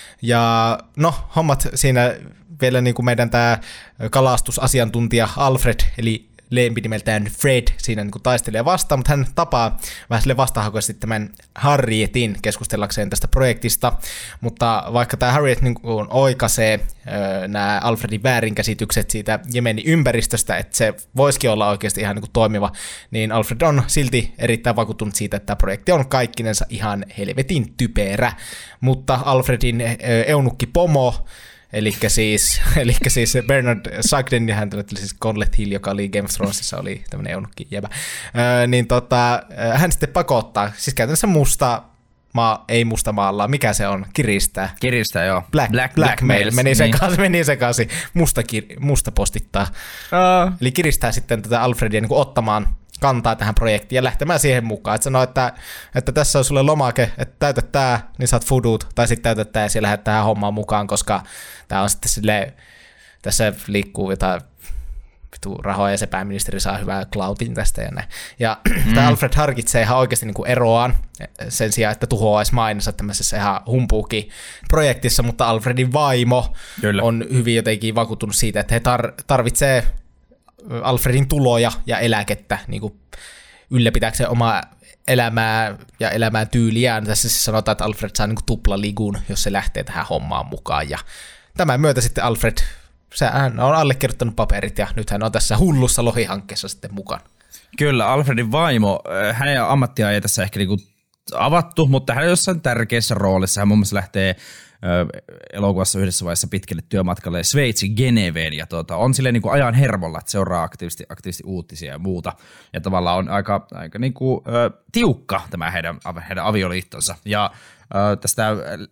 Ja no, hommat siinä vielä niin kuin meidän tämä kalastusasiantuntija Alfred, eli lempinimeltään Fred siinä niin kuin taistelee vastaan, mutta hän tapaa vähän sille vastahakoisesti tämän Harrietin keskustellakseen tästä projektista, mutta vaikka tämä Harriet niin kuin oikaisee öö, nämä Alfredin väärinkäsitykset siitä Jemenin ympäristöstä, että se voisikin olla oikeasti ihan niin kuin toimiva, niin Alfred on silti erittäin vakuuttunut siitä, että tämä projekti on kaikkinensa ihan helvetin typerä, mutta Alfredin öö, eunukki pomo, Elikkä siis, elikkä siis Bernard Sugden, ja hän tuli siis Conleth Hill, joka oli Game of Thronesissa, oli tämmöinen eunukki jäbä, öö, niin tota, hän sitten pakottaa, siis käytännössä musta maa, ei musta maalla, mikä se on, kiristää. Kiristää, joo. Black, Black, blackmail, meni sekaisin, niin. meni sekaisin, musta, kir- musta postittaa. Uh. Eli kiristää sitten tätä Alfredia niin kuin ottamaan kantaa tähän projektiin ja lähtemään siihen mukaan. Että sanoo, että, että tässä on sulle lomake, että täytät tää, niin saat foodut, tai sitten täytät tää ja siellä lähdet tähän hommaan mukaan, koska tää on sitten silleen, tässä liikkuu jotain vitu rahoja ja se pääministeri saa hyvää cloudin tästä ja näin. Ja mm. tämä Alfred harkitsee ihan oikeasti niin kuin eroaan sen sijaan, että tuhoaisi mainonsa tämmöisessä ihan humpuuki-projektissa, mutta Alfredin vaimo Kyllä. on hyvin jotenkin vakuuttunut siitä, että he tar- tarvitsee Alfredin tuloja ja eläkettä niin kuin ylläpitääkseen omaa elämää ja elämään tyyliään. Tässä siis sanotaan, että Alfred saa niin kuin tuplaligun, jos se lähtee tähän hommaan mukaan. Ja tämän myötä sitten Alfred, hän on allekirjoittanut paperit ja nyt hän on tässä hullussa lohihankkeessa sitten mukaan. Kyllä, Alfredin vaimo, hänen ammattia ei tässä ehkä niin kuin avattu, mutta hän on jossain tärkeässä roolissa. Hän muun muassa lähtee elokuvassa yhdessä vaiheessa pitkälle työmatkalle Sveitsin Geneveen ja tuota, on silleen niin kuin ajan hermolla, että seuraa aktiivisesti, aktiivisesti uutisia ja muuta. Ja tavallaan on aika, aika niin kuin, ö, tiukka tämä heidän, heidän avioliittonsa. Ja ö, tästä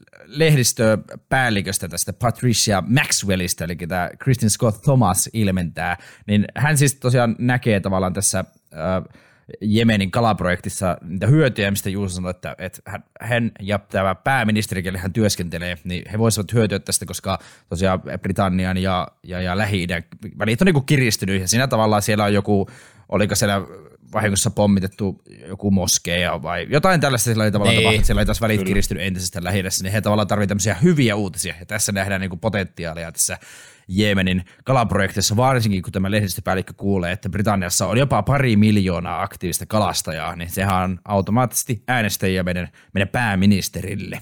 lehdistöpäälliköstä, tästä Patricia Maxwellista, eli tämä Kristin Scott Thomas ilmentää, niin hän siis tosiaan näkee tavallaan tässä ö, Jemenin kalaprojektissa niitä hyötyjä, mistä Juuso sanoi, että, että hän ja tämä pääministeri, kelle hän työskentelee, niin he voisivat hyötyä tästä, koska tosiaan Britannian ja, ja, ja Lähi-idän välit on niin kuin kiristynyt, ja siinä tavallaan siellä on joku, oliko siellä vahingossa pommitettu joku moskeja vai jotain tällaista siellä oli tavallaan tapahtunut, että siellä oli taas välit Kyllä. kiristynyt entisestä Lähi-idässä, niin he tavallaan tarvitsevat tämmöisiä hyviä uutisia, ja tässä nähdään niin kuin potentiaalia tässä Jemenin kalaprojektissa, varsinkin kun tämä lehdistöpäällikkö kuulee, että Britanniassa on jopa pari miljoonaa aktiivista kalastajaa, niin sehän on automaattisesti äänestäjiä meidän, meidän pääministerille.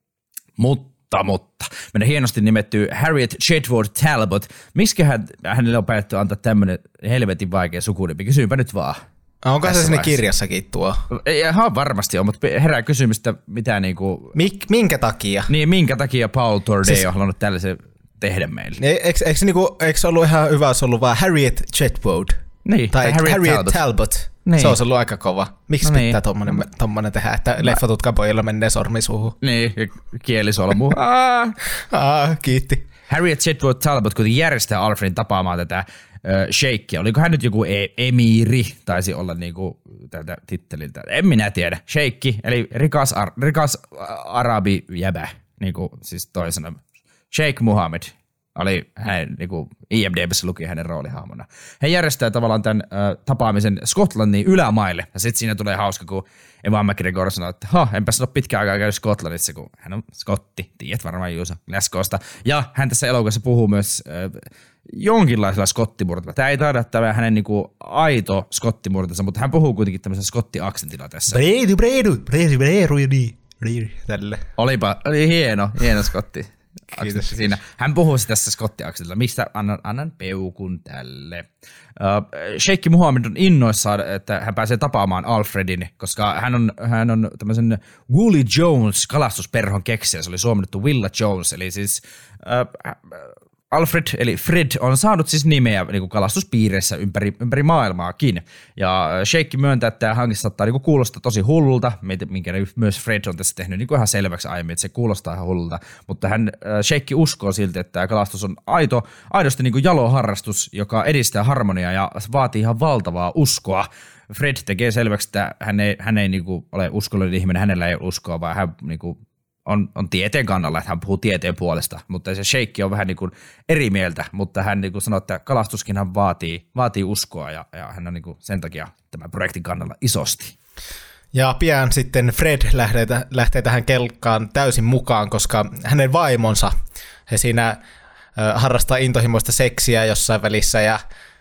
Mutta, mutta, meidän hienosti nimetty Harriet Chetwood Talbot, miksi hän, hänelle on päätetty antaa tämmöinen helvetin vaikea sukunimi? Kysynpä nyt vaan. Onko se sinne kirjassakin tuo? Ihan varmasti on, mutta herää kysymystä, mitä niinku... Mik, minkä takia? Niin, minkä takia Paul Torday siis... on halunnut tällaisen tehdä meille. Eikö, eikö, niinku, eikö se ollut ihan hyvä, se ollut vaan Harriet Chetwood? Niin, tai Harriet, Harriet Talbot. Talbot. Niin. Se olisi ollut aika kova. Miksi no pitää niin. tommonen, tommonen tehdä, että leffatutkan pojilla menee sormi suuhun? Niin, kielisolmu. ah, kiitti. Harriet Chetwood Talbot kuitenkin järjestää Alfredin tapaamaan tätä äh, sheikkiä. Oliko hän nyt joku e- emiri, taisi olla niinku tältä titteliltä. En minä tiedä. Sheikki, eli rikas, ar- rikas arabi jäbä, niinku siis toisena. Sheikh Mohammed oli hänen, niin kuin I M D B:ssä luki hänen roolihahmona. Hän järjestää tavallaan tämän äh, tapaamisen Skotlannin ylämaille. Ja sitten siinä tulee hauska, kun Evan McGregor sanoo, että ha, enpäs ole pitkään aikaa käynyt Skotlannissa, kun hän on skotti. Tiedät varmaan Juuso Glasgowsta. Ja hän tässä elokuvassa puhuu myös äh, jonkinlaisella skottimurteella. Tämä ei taida tämä hänen niinku aito skottimurtensa, mutta hän puhuu kuitenkin tämmöisellä skottiaksentilla tässä. Bredu, bredu, bredu, bredu, bredu, tälle. Olipa, oli hieno, hieno skotti. Kiitos. Siinä. Hän puhuu tässä skottiaksentilla, mistä annan, annan peukun tälle. Uh, Sheikh Mohammed on innoissaan, että hän pääsee tapaamaan Alfredin, koska hän on, hän on tämmöisen Wooly Jones kalastusperhon keksijä. Se oli suomennettu Willa Jones, eli siis uh, Alfred, eli Fred, on saanut siis nimeä niin kuin kalastuspiireissä ympäri, ympäri maailmaakin. Ja Sheikh myöntää, että tämä hanke saattaa niin kuin kuulostaa tosi hullulta, minkä myös Fred on tässä tehnyt niin kuin ihan selväksi aiemmin, että se kuulostaa ihan hullulta. Mutta hän, Sheikh uskoo silti, että tämä kalastus on aito, aidosti niin kuin jalo harrastus, joka edistää harmoniaa ja vaatii ihan valtavaa uskoa. Fred tekee selväksi, että hän ei, hän ei niin kuin ole uskollinen ihminen, hänellä ei ole uskoa, vaan hän niin kuin On, on tieteen kannalla, että hän puhuu tieteen puolesta, mutta se Sheikki on vähän niin kuin eri mieltä, mutta hän niin kuin sanoo, että kalastuskin hän vaatii, vaatii uskoa ja, ja hän on niin kuin sen takia tämän projektin kannalla isosti. Ja pian sitten Fred lähtee, lähtee tähän kelkkaan täysin mukaan, koska hänen vaimonsa, he siinä äh, harrastaa intohimoista seksiä jossain välissä ja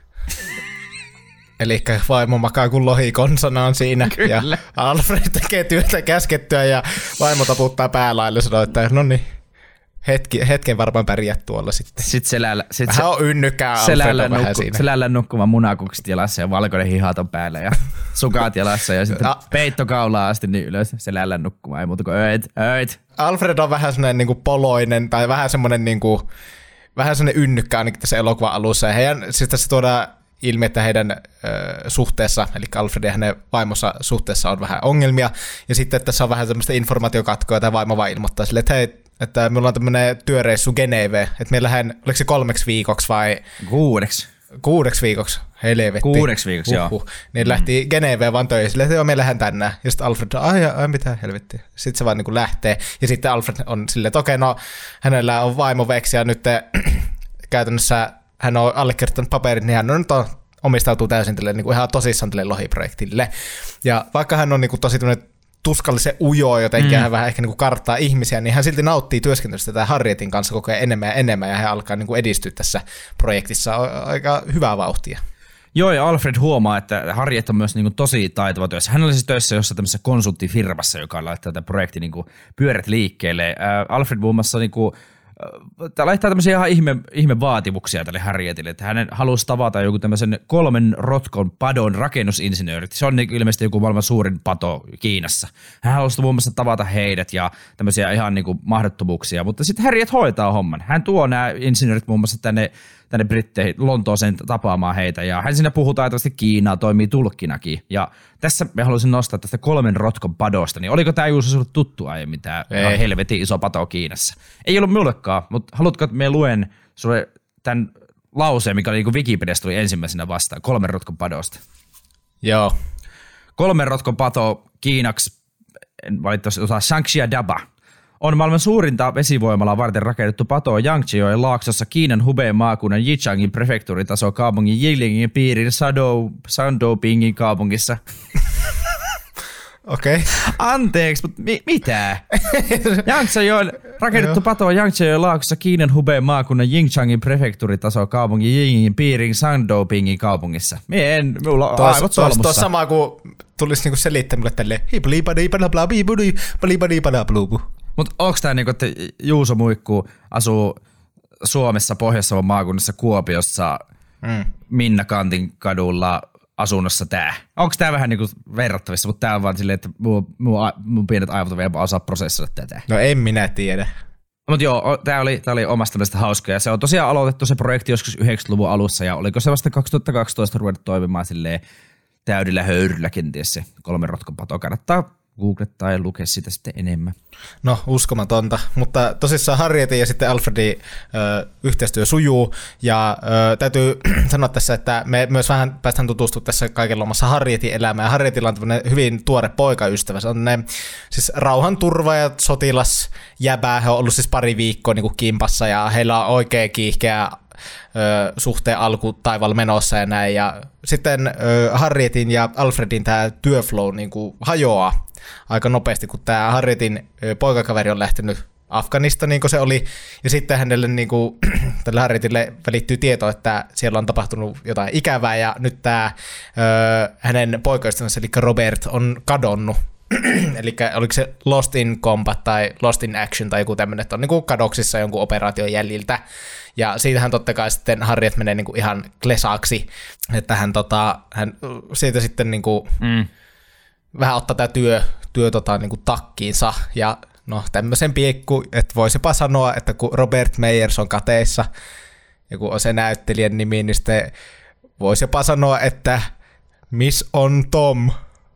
eli vaimo makaa kuin lohi konsanaan siinä. Kyllä. Ja Alfred tekee työtä käskettyä ja vaimo taputtaa päälaille ja sanoo, että no niin, hetki, hetken varmaan pärjät tuolla sitten. Sitten selällä, sit vähän on ynnykää Alfred on vähän siinä. Selällä nukkumaan munakukset jalassa ja valkoinen hihaton päällä ja sukat jalassa ja sitten peitto kaulaa asti niin ylös selällä nukkumaan. Ei muuta kuin öit, öit. Alfred on vähän semmoinen niinku poloinen tai vähän semmoinen niinku, vähän semmoinen ynnykkä ainakin tässä elokuvan alussa. Ja heidän, siis tässä tuodaan ilmi, että heidän ö, suhteessa, eli Alfred ja hänen vaimonsa suhteessa on vähän ongelmia, ja sitten tässä on vähän tämmöistä informaatiokatkoa, ja tämä vaimo vaan ilmoittaa sille, että hei, että minulla on tämmöinen työreissu Geneveen, että me lähden, oliko se kolmeksi viikoksi vai? Kuudeksi. Kuudeksi viikoksi, helvetti. Kuudeksi viikoksi, uhuh. joo. Niin mm. lähti Geneveen vaan töihin, silleen, että joo, me lähden tänään, ja sitten Alfred, ai, ai mitä helvettiä. Sitten se vaan niin kuin lähtee, ja sitten Alfred on silleen, että okei, no, hänellä on vaimoveksi, ja nyt käytännössä hän on allekirjoittanut paperit, niin hän on nyt omistautuu täysin tälle, niin kuin ihan tosissaan tälle lohiprojektille. Ja vaikka hän on niin kuin tosi tuskallisen ujo jotenkin, mm. ja hän vähän ehkä niin kuin karttaa ihmisiä, niin hän silti nauttii työskentelystä tämän Harrietin kanssa koko ajan enemmän ja enemmän, ja hän alkaa niin kuin edistyä tässä projektissa aika hyvää vauhtia. Joo, ja Alfred huomaa, että Harriet on myös niin kuin tosi taitava työssä. Hän oli siis töissä jossain tämmöisessä konsulttifirmassa, joka laittaa tätä projekti niin kuin pyörät liikkeelle. Äh, Alfred muun muassa niin kuin Tämä laittaa tämmöisiä ihan ihme, ihme vaatimuksia tälle Harrietille, että hänen halusi tavata joku tämmöisen kolmen rotkon padon rakennusinsinöörit. Se on ilmeisesti joku maailman suurin pato Kiinassa. Hän halusi muun muassa tavata heidät ja tämmöisiä ihan niin kuin mahdottomuuksia, mutta sitten Harriet hoitaa homman. Hän tuo nämä insinöörit muun muassa tänne, tänne Britteihin, Lontooseen tapaamaan heitä ja hän siinä puhuu taitavasti Kiinaa, toimii tulkkinakin. Ja tässä me haluaisin nostaa tästä kolmen rotkon padosta, niin oliko tämä Juuso sinulle tuttu aiemmin, tämä helvetin iso pato Kiinassa? Ei ollut mullekaan, mutta haluatko, että me luen sulle tämän lauseen, mikä oli niin kuin Wikipediasta tuli ensimmäisenä vastaan, kolmen rotkon padosta? Joo. Kolmen rotkon pato Kiinaksi, en valitettavasti osaa, Shangxia Daba, on maailman suurinta vesivoimalaa varten rakennettu pato Yangtzejoen laaksossa Kiinan Hubei maakunnan Yichangin prefektuuritaso kaupungin Yilingin piirin Shandopingin kaupungissa. Okei. Okay. Anteeksi, mutta mi- mitä? Yangtzejoen rakennettu pato Yangtzejoen laaksossa Kiinan Hubei maakunnan Yichangin prefektuuritaso kaupungin Yilingin piirin Shandopingin kaupungissa. Mie en, mulla on aivot solmussa. Tuo sama kuin tulisi niinku selittää mulle tälleen hiipaliipadiipadablabibudi. Mutta onko tämä niinku, että Juuso Muikku asuu Suomessa Pohjois-Savon maakunnassa Kuopiossa mm. Minnakantin kadulla asunnossa tää? Onko tämä vähän niinku verrattavissa, mutta tämä on vaan silleen, että mun, mun, mun pienet aivot on vielä osaa prosessoida tätä. No en minä tiedä. Mutta joo, tämä oli, oli omasta mielestä hauskaa ja se on tosiaan aloitettu se projekti joskus yhdeksänkymmentäluvun alussa ja oliko se vasta kaksituhattakaksitoista ruvennut toimimaan silleen täydellä höyryllä kenties se kolmen rotkon pato. Kannattaa googlettaa ja lukea sitä sitten enemmän. No, uskomatonta, mutta tosissaan Harrietin ja sitten Alfredin ö, yhteistyö sujuu, ja ö, täytyy sanoa tässä, että me myös vähän päästään tutustumaan tässä kaiken omassa Harrietin elämään, ja Harrietilla on tämmöinen hyvin tuore poikaystävä, se on ne siis rauhanturvaajat, sotilas, jäbää, he on ollut siis pari viikkoa niin kuin kimpassa, ja heillä on oikein kiihkeä Ö, suhteen alku taivaalla menossa ja näin, ja sitten ö, Harrietin ja Alfredin tämä työflow niin kuin hajoaa aika nopeasti, kun tämä Harrietin ö, poikakaveri on lähtenyt Afganistaniin, kun se oli, ja sitten hänelle niin kuin, tälle Harrietille välittyy tieto, että siellä on tapahtunut jotain ikävää, ja nyt tämä ö, hänen poikaystävänsä, eli Robert, on kadonnut. Eli oliko se Lost in Combat tai Lost in Action tai joku tämmöinen, että on niin kuin kadoksissa jonkun operaation jäljiltä. Ja siitähän totta kai sitten Harriet menee niin kuin ihan klesaaksi, että hän, tota, hän siitä sitten niin kuin mm. vähän ottaa tämä työ, työ tota, niin kuin takkiinsa. Ja no tämmöisen piekku, että voisipa sanoa, että kun Robert Meyers on kateissa ja kun on se näyttelijän nimi, niin sitten voisipa sanoa, että Miss on Tom.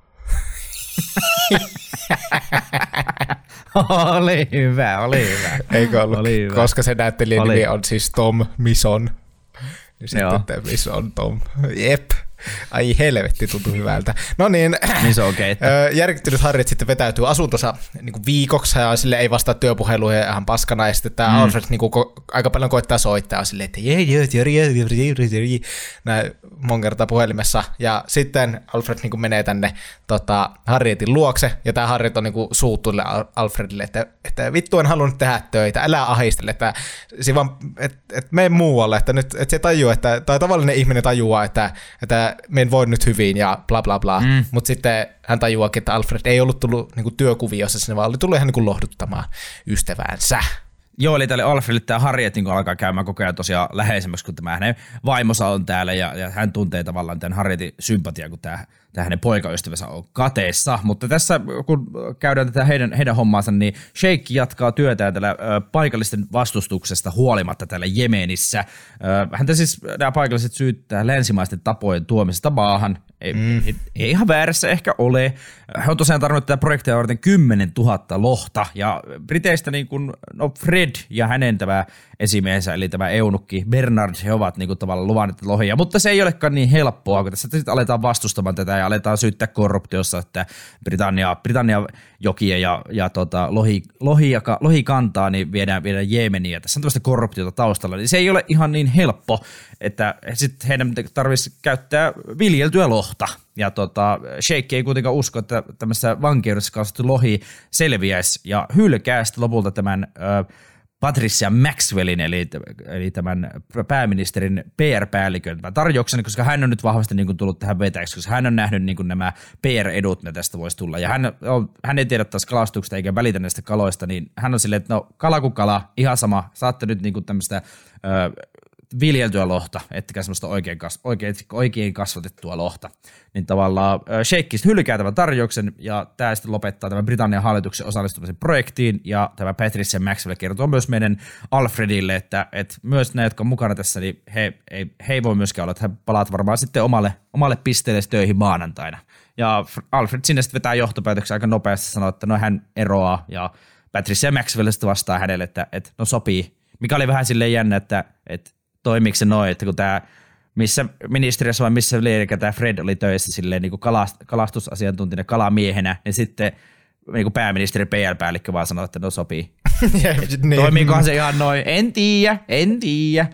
Oli hyvä, oli hyvä. Eikö ollut? Oli hyvä. Koska se näyttelijän oli. nimi on siis Tom Mison. Niin sitten tämä Mison Tom. Jep. Ai helvetti, tuntui hyvältä. No niin, Miso on keitto. järkyttynyt Harriet sitten vetäytyy asuntonsa niin kuin viikoksi ja sille ei vastaa työpuheluihin ihan paskana. Ja sitten tämä mm. Alfred niin kuin, ko- aika paljon koittaa soittaa silleen, että jee, jee, jee, jee, jee, jee, jee, näin monta kertaa puhelimessa. Ja sitten Alfred niin kuin menee tänne tota, Harrietin luokse ja tämä Harriet on niin kuin suuttuille Alfredille, että, että vittu en halunnut tehdä töitä, älä ahistele, että et, et mene muualle, että nyt et se tajuu, että tai tavallinen ihminen tajuaa, että, että me en voi nyt hyvin ja bla bla bla, mm. mutta sitten hän tajuakin, että Alfred ei ollut tullut niin kuin työkuviossa sinne, vaan oli tullut ihan niin kuin lohduttamaan ystäväänsä. Joo, eli tälle Alfredille tämä Harriet niin alkaa käymään koko ajan tosiaan läheisemmäksi, kun tämä hänen vaimonsa on täällä ja, ja hän tuntee tavallaan tämän Harrietin sympatiaa, kun tämä, tämä hänen poikaystävänsä on kateessa. Mutta tässä, kun käydään tätä heidän, heidän hommaansa, niin Sheikh jatkaa työtään tällä ö, paikallisten vastustuksesta huolimatta täällä Jemenissä. Ö, häntä siis nämä paikalliset syyttää länsimaisten tapojen tuomisesta maahan. Ei, mm. ei, ei ihan väärässä ehkä ole. He on tosiaan tarvinnut tätä projektia varten kymmenen tuhatta lohta, ja Briteistä niin kuin, no Fred ja hänen tämä esimiehensä, eli tämä eunukki Bernard, he ovat niin kuin, tavallaan luvanneet lohia, mutta se ei olekaan niin helppoa, kun tässä sitten aletaan vastustamaan tätä ja aletaan syyttää korruptiossa, että Britannia, Britannia jokia ja, ja tota, lohi, lohi, lohi kantaa, niin viedään, viedään Jemeniin, ja tässä on tällaista korruptiota taustalla, niin se ei ole ihan niin helppo, että sitten heidän tarvitsisi käyttää viljeltyä lohta. Ja tota, Sheikh ei kuitenkaan usko, että tämmöisessä vankeudessa kasvattu lohi selviäisi, ja hylkää sitten lopulta tämän ö, Patricia Maxwellin, eli, eli tämän pääministerin P R-päällikön tarjouksen, koska hän on nyt vahvasti niin kuin, tullut tähän vetäjäksi, koska hän on nähnyt niin kuin, nämä P R-edut, mitä tästä voisi tulla. Ja hän, on, hän ei tiedä taas kalastuksesta eikä välitä näistä kaloista, niin hän on silleen, että no kala kuin kala, ihan sama, saatte nyt niin kuin, tämmöistä ö, viljeltyä lohta, ettekä semmoista oikein, kas, oikein, oikein kasvatettua lohta. Niin tavallaan Sheikh hylkää tämän tarjouksen, ja tämä sitten lopettaa tämän Britannian hallituksen osallistumisen projektiin, ja tämä Patricia Maxwell kertoo myös meidän Alfredille, että, että myös nämä, jotka on mukana tässä, niin he, he, he ei voi myöskään olla, että he palaat varmaan sitten omalle, omalle pisteelle töihin maanantaina. Ja Alfred sinne sitten vetää johtopäätöksen aika nopeasti, sanoo, että no hän eroaa, ja Patricia Maxwell sitten vastaa hänelle, että, että no sopii, mikä oli vähän silleen jännä, että, että toimiiko se noin, että kun tämä, missä ministeriössä vai missä liikaa tämä Fred oli töissä silleen niin kuin kalast, kalastusasiantuntijana kalamiehenä, ja sitten niin kuin pääministeri P R-päällikkö vaan sanoi, että no sopii. niin. Toimiikohan se ihan noin? En tiedä, en tiedä.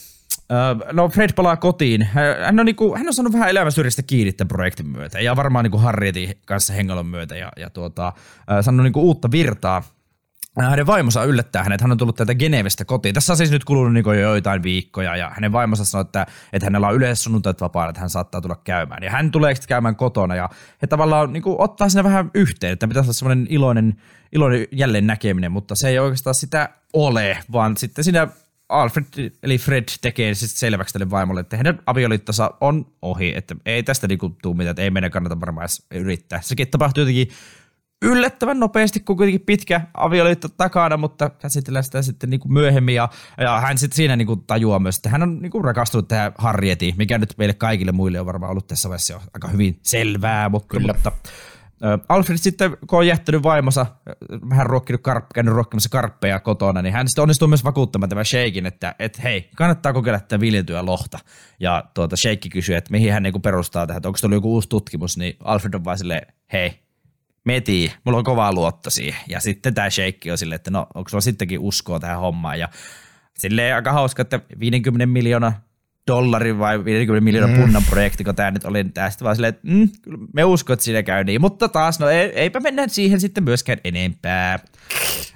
No Fred palaa kotiin. Hän on, niin kuin, hän on saanut vähän elämänsyrjistä kiinni tämän projektin myötä, ja varmaan niin kuin Harrietin kanssa hengolon myötä, ja, ja tuota, saanut niin kuin uutta virtaa. Hänen vaimonsa yllättää hänet, hän on tullut täältä Genevestä kotiin. Tässä on siis nyt kulunut niin jo joitain viikkoja, ja hänen vaimonsa sanoo, että, että hänellä on yleensä sunnuntait vapaana, että hän saattaa tulla käymään. Ja hän tulee käymään kotona, ja he tavallaan niin kuin, ottaa sinne vähän yhteen, että pitäisi olla semmoinen iloinen, iloinen jälleen näkeminen, mutta se ei oikeastaan sitä ole, vaan sitten siinä Alfred eli Fred tekee siis selväksi tälle vaimolle, että heidän avioliittonsa on ohi, että ei tästä niin kuin, tule mitään, että ei meidän kannata varmaan edes yrittää. Sekin tapahtuu jotenkin yllättävän nopeasti, kun kuitenkin pitkä avioliitto takana, mutta käsitellään sitä sitten niin kuin myöhemmin. Ja, ja hän sitten siinä niin kuin tajuaa myös, että hän on niin kuin rakastunut tähän Harrietiin, mikä nyt meille kaikille muille on varmaan ollut tässä vaiheessa jo aika hyvin selvää. Mutta, Kyllä. mutta äh, Alfred sitten, kun on jättänyt vaimonsa, vähän ruokkinut karp, käynyt ruokkimassa karppeja kotona, niin hän sitten onnistuu myös vakuuttamaan tämän Sheikhin, että et, hei, kannattaa kokeilla tätä viljeltyä lohta. Ja tuota, Sheikh kysyy, että mihin hän niin kuin perustaa tähän, että onko tullut joku uusi tutkimus, niin Alfred on vaan silleen, hei, meti, mulla on kovaa luotto siihen. Ja sitten tämä Sheikh on silleen, että no onko sulla sittenkin uskoa tähän hommaan. Ja silleen aika hauska, että viisikymmentä miljoonaa dollarin vai viisikymmentä miljoonaa mm. punnan projekti, kun tämä nyt oli tästä vaan silleen, että mm, me uskon, että siinä käy niin. Mutta taas, no eipä mennä siihen sitten myöskään enempää.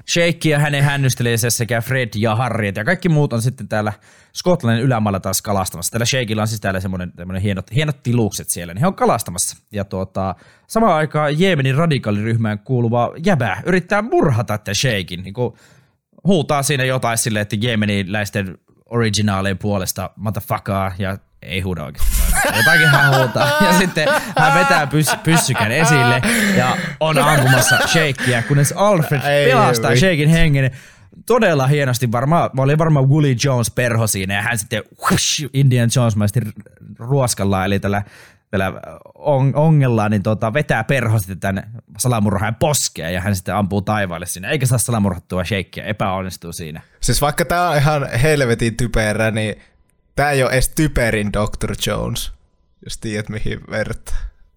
Shake ja hänen hännystelijänsä sekä Fred ja Harriet ja kaikki muut on sitten täällä Skotlannin ylämaalla taas kalastamassa. Täällä Shakeilla on siis täällä semmoinen hienot, hienot tilukset siellä, niin he on kalastamassa. Ja tuota, samaan aikaan Jemenin radikaaliryhmään kuuluva jäbä yrittää murhata tämän Shakein. Niin kuin huutaa siinä jotain silleen, että jemeniläisten originaalien puolesta motherfuckaa ja ei huuda oikeastaan. Jotakin hän huutaa. Ja sitten hän vetää pys- pyssykän esille ja on ampumassa Shakea, kunnes Alfred ei, pelastaa ei, Shakein hengen. Todella hienosti varmaan, mä olin varmaan Wooly Jones perho siinä ja hän sitten whoosh, Indiana Jones-maisesti ruoskalla, eli tällä, tällä on, ongellaan, niin tota, vetää perho sitten tämän salamurhaajan poskeen ja hän sitten ampuu taivaalle siinä. Eikä saa salamurhattua Shakea, epäonnistuu siinä. Siis vaikka tää on ihan helvetin typerä, niin tää ei ole edes typerin doctor Jones, jos tiedät mihin vertaa.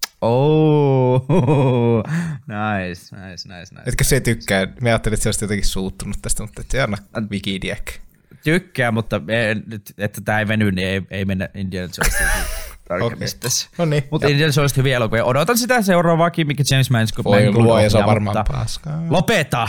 Oh, nice, nice, nice, nice. Etkö se tykkää? Mä ajattelin, että se olisi jotenkin suuttunut tästä, mutta et se anna Wikidiak. Tykkää, mutta että tää ei veny, niin ei, ei mennä Indiana Jonesin tarkemmin tässä. No niin. Mutta Indiana Jones on hyviä elokuvia. Odotan sitä seuraavaakin, mikä James Mangold. Voi luo, ja se on varmaan paskaa. Lopeta!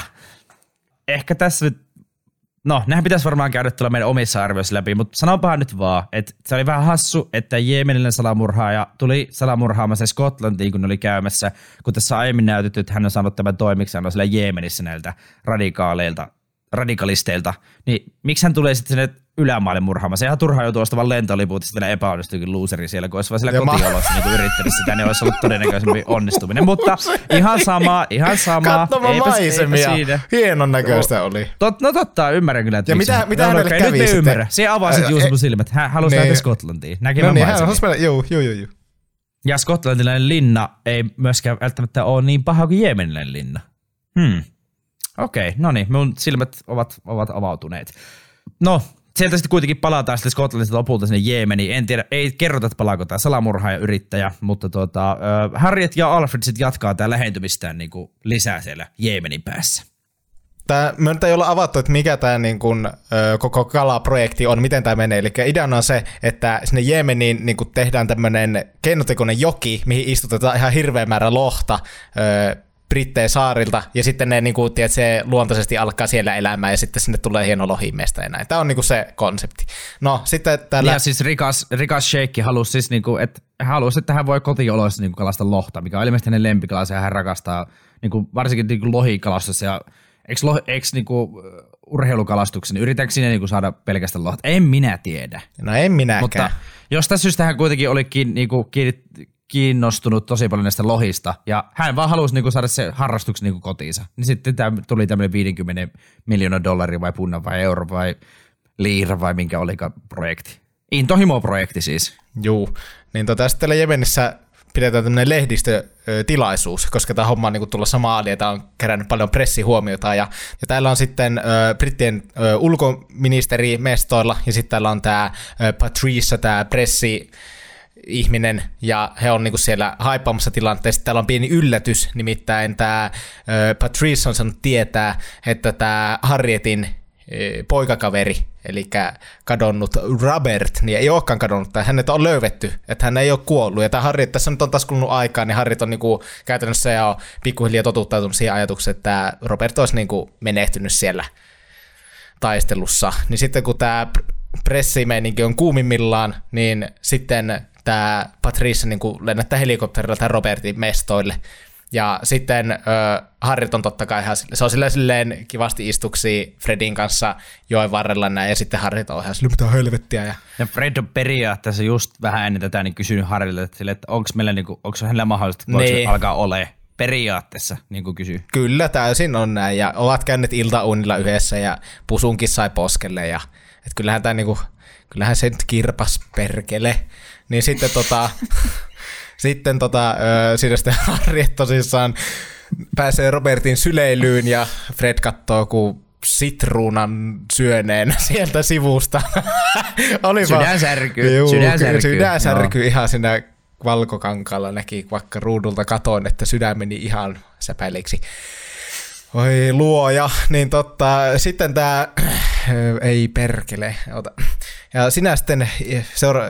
Ehkä tässä nyt. No, nehän pitäisi varmaan käydä tulla meidän omissa arvioissa läpi, mutta sanopahan nyt vaan, että se oli vähän hassu, että jemenillinen salamurhaaja tuli salamurhaamassa Skotlantiin, kun ne oli käymässä, kun tässä aiemmin näytetty, että hän on saanut tämän toimeksiannon siellä Jemenissä näiltä radikaaleilta, radikalisteilta, niin miksi hän tulee sitten sinne ylämaalle murhaamaan? Se ihan turhaa joutuu ostamaan lentoliput, sitten vielä epäonnistuikin looseri siellä, kun olisi vaan siellä kotiolossa niin yrittänyt sitä, niin olisi ollut todennäköisempi onnistuminen. Mutta ihan sama, ihan sama. Kattoma maisemia. Hienon näköistä oli. Tot, no totta, ymmärrän kyllä. Että ja mitä, mitä no, hänelle okay, kävi nyt sitten? Ymmärrän. Se avasit Juuso mun silmät. Hän halusi lähteä Skotlantiin. Näkemään no niin, hän halusi mennä, juu, juu, juu. Ja skotlantilainen linna ei myöskään välttämättä ole niin paha kuin jemeniläinen linna. Hmm. Okei, okay, no niin, mun silmät ovat, ovat avautuneet. No, sieltä sitten kuitenkin palataan sitten Skotlannista lopulta sinne Jemeniin. En tiedä, ei kerrota, että palaako tämä salamurhaaja yrittäjä, mutta tuota, äh, Harriet ja Alfred sitten jatkaa tää lähentymistään niin kuin lisää siellä Jemenin päässä. Tämä, me nyt ei olla avattu, että mikä tämä niin kuin, ö, koko kalaprojekti on, miten tämä menee. Eli ideana on se, että sinne Jemeniin niin kuin tehdään tämmöinen keinotekoinen joki, mihin istutetaan ihan hirveä määrä lohta, ö, Brittein saarilta, ja sitten ne niin kuin, tiedät, se luontaisesti alkaa siellä elämään, ja sitten sinne tulee hieno lohimestä ja näin. Tämä on niin kuin se konsepti. No, sitten täällä... Ja siis rikas, rikas sheikki halusi siis, niin kuin, että halusi, että hän voi kotioloissa niin kuin kalastaa lohta, mikä on ilmeisesti hänen lempikalansa, ja hän rakastaa niin kuin, varsinkin niin kuin lohikalastus, ja eikö, lohi, eikö niin kuin, urheilukalastuksen, niin yritätkö sinne niin kuin, saada pelkästään lohta? En minä tiedä. No en minäkään. Mutta jos tässä syystä hän kuitenkin olikin niin kuin, kiinnostunut tosi paljon näistä lohista, ja hän vaan halusi niinku saada se harrastuksen niinku kotiinsa. Niin sitten tämä tuli tämmöinen viisikymmentä miljoonaa dollaria vai punnan vai euro vai liira vai minkä olikaan projekti. Intohimo-projekti siis. Juu, niin tota sitten Jemenissä pidetään tämmöinen lehdistötilaisuus, koska tämä homma on niinku tullut Somalia, ja tämä on kerännyt paljon pressihuomiota, ja, ja täällä on sitten ö, Brittien ö, ulkoministeri mestoilla, ja sitten täällä on tämä Patricia, tämä pressi ihminen, ja he on niinku siellä haippaamassa tilanteessa. Täällä on pieni yllätys, nimittäin tämä Patrice on saanut tietää, että tämä Harrietin ö, poikakaveri, eli kadonnut Robert, niin ei olekaan kadonnut, tai hänet on löydetty, että hän ei ole kuollut, ja tämä Harriet, tässä nyt on taas kulunut aikaa, niin Harriet on niinku käytännössä jo pikkuhiljaa totuttautunut siihen ajatukseen, että Robert olisi niinku menehtynyt siellä taistelussa. Niin sitten kun tämä pressimeininki on kuumimmillaan, niin sitten tämä Patrice niin lennättää helikopterilla tämän Robertin mestoille. Ja sitten äh, Harriet on totta kai ihan, se on silleen, silleen kivasti istuksi Fredin kanssa joen varrella näin, ja sitten Harriet on ihan silleen, mitä helvettiä. Ja... ja Fred on periaatteessa just vähän ennen tätä niin kysynyt Harrielle, että, että onko meillä niin kuin, onko hänellä mahdollista, että niin. alkaa ole periaatteessa, niin kuin kysyy. Kyllä, täysin on näin, ja ovat käyneet iltaunilla yhdessä, ja pusunkin sai poskelle, ja että kyllähän tämä niinku, kyllähän se nyt kirpas perkele. Niin sitten tota, sitten tota, ö, siinä sitten Harriet tosissaan pääsee Robertin syleilyyn, ja Fred katsoo, kun sitruunan syöneen sieltä sivusta. Sydän särkyy. Sydän särkyy. Sydän särkyy ihan siinä valkokankaalla, näki vaikka ruudulta katoin, että sydän meni ihan säpäleiksi. Oi luoja, niin totta, sitten tää, ei perkele, ota. Ja sinä sitten seura-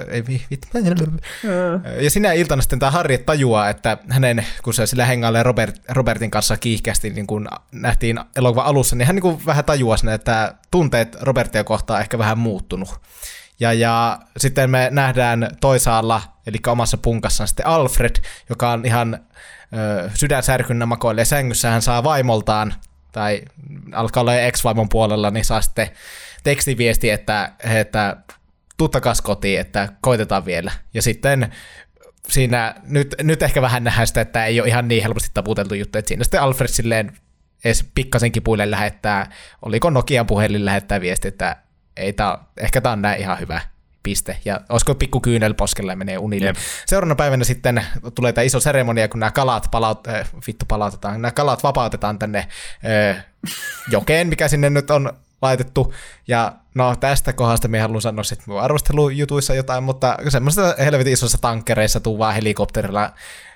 ja sinä iltana sitten tämä Harriet tajuaa, että hänen, kun se sillä hengailee Robert, Robertin kanssa kiihkeästi, niin kuin nähtiin elokuvan alussa, niin hän niin kuin vähän tajuaa sinne, että tunteet Robertia kohtaan ehkä vähän muuttunut. Ja, ja sitten me nähdään toisaalla, eli omassa punkassaan sitten Alfred, joka on ihan ö, sydänsärkynnä makoilee sängyssä, hän saa vaimoltaan, tai alkaa olla ex-vaimon puolella, niin saa sitten tekstiviesti, että, että tuttakas kotiin, että koitetaan vielä. Ja sitten siinä, nyt, nyt ehkä vähän nähdään sitä, että ei ole ihan niin helposti taputeltu juttu, että siinä sitten Alfred silleen edes pikkasen kipuille lähettää, oliko Nokian puhelin lähettää viesti, että ei tää, ehkä tämä on näin ihan hyvä piste. Ja olisiko pikku kyynel poskella ja menee unille. Jep. Seuraavana päivänä sitten tulee tämä iso seremonia, kun nämä kalat palaut, äh, vittu palautetaan, nämä kalat vapautetaan tänne äh, jokeen, mikä sinne nyt on laitettu. Ja no tästä kohdasta me haluan sanoa sitten arvostelujutuissa jotain, mutta semmoisessa helvetin isossa tankkereissa tuu vaan helikopterilla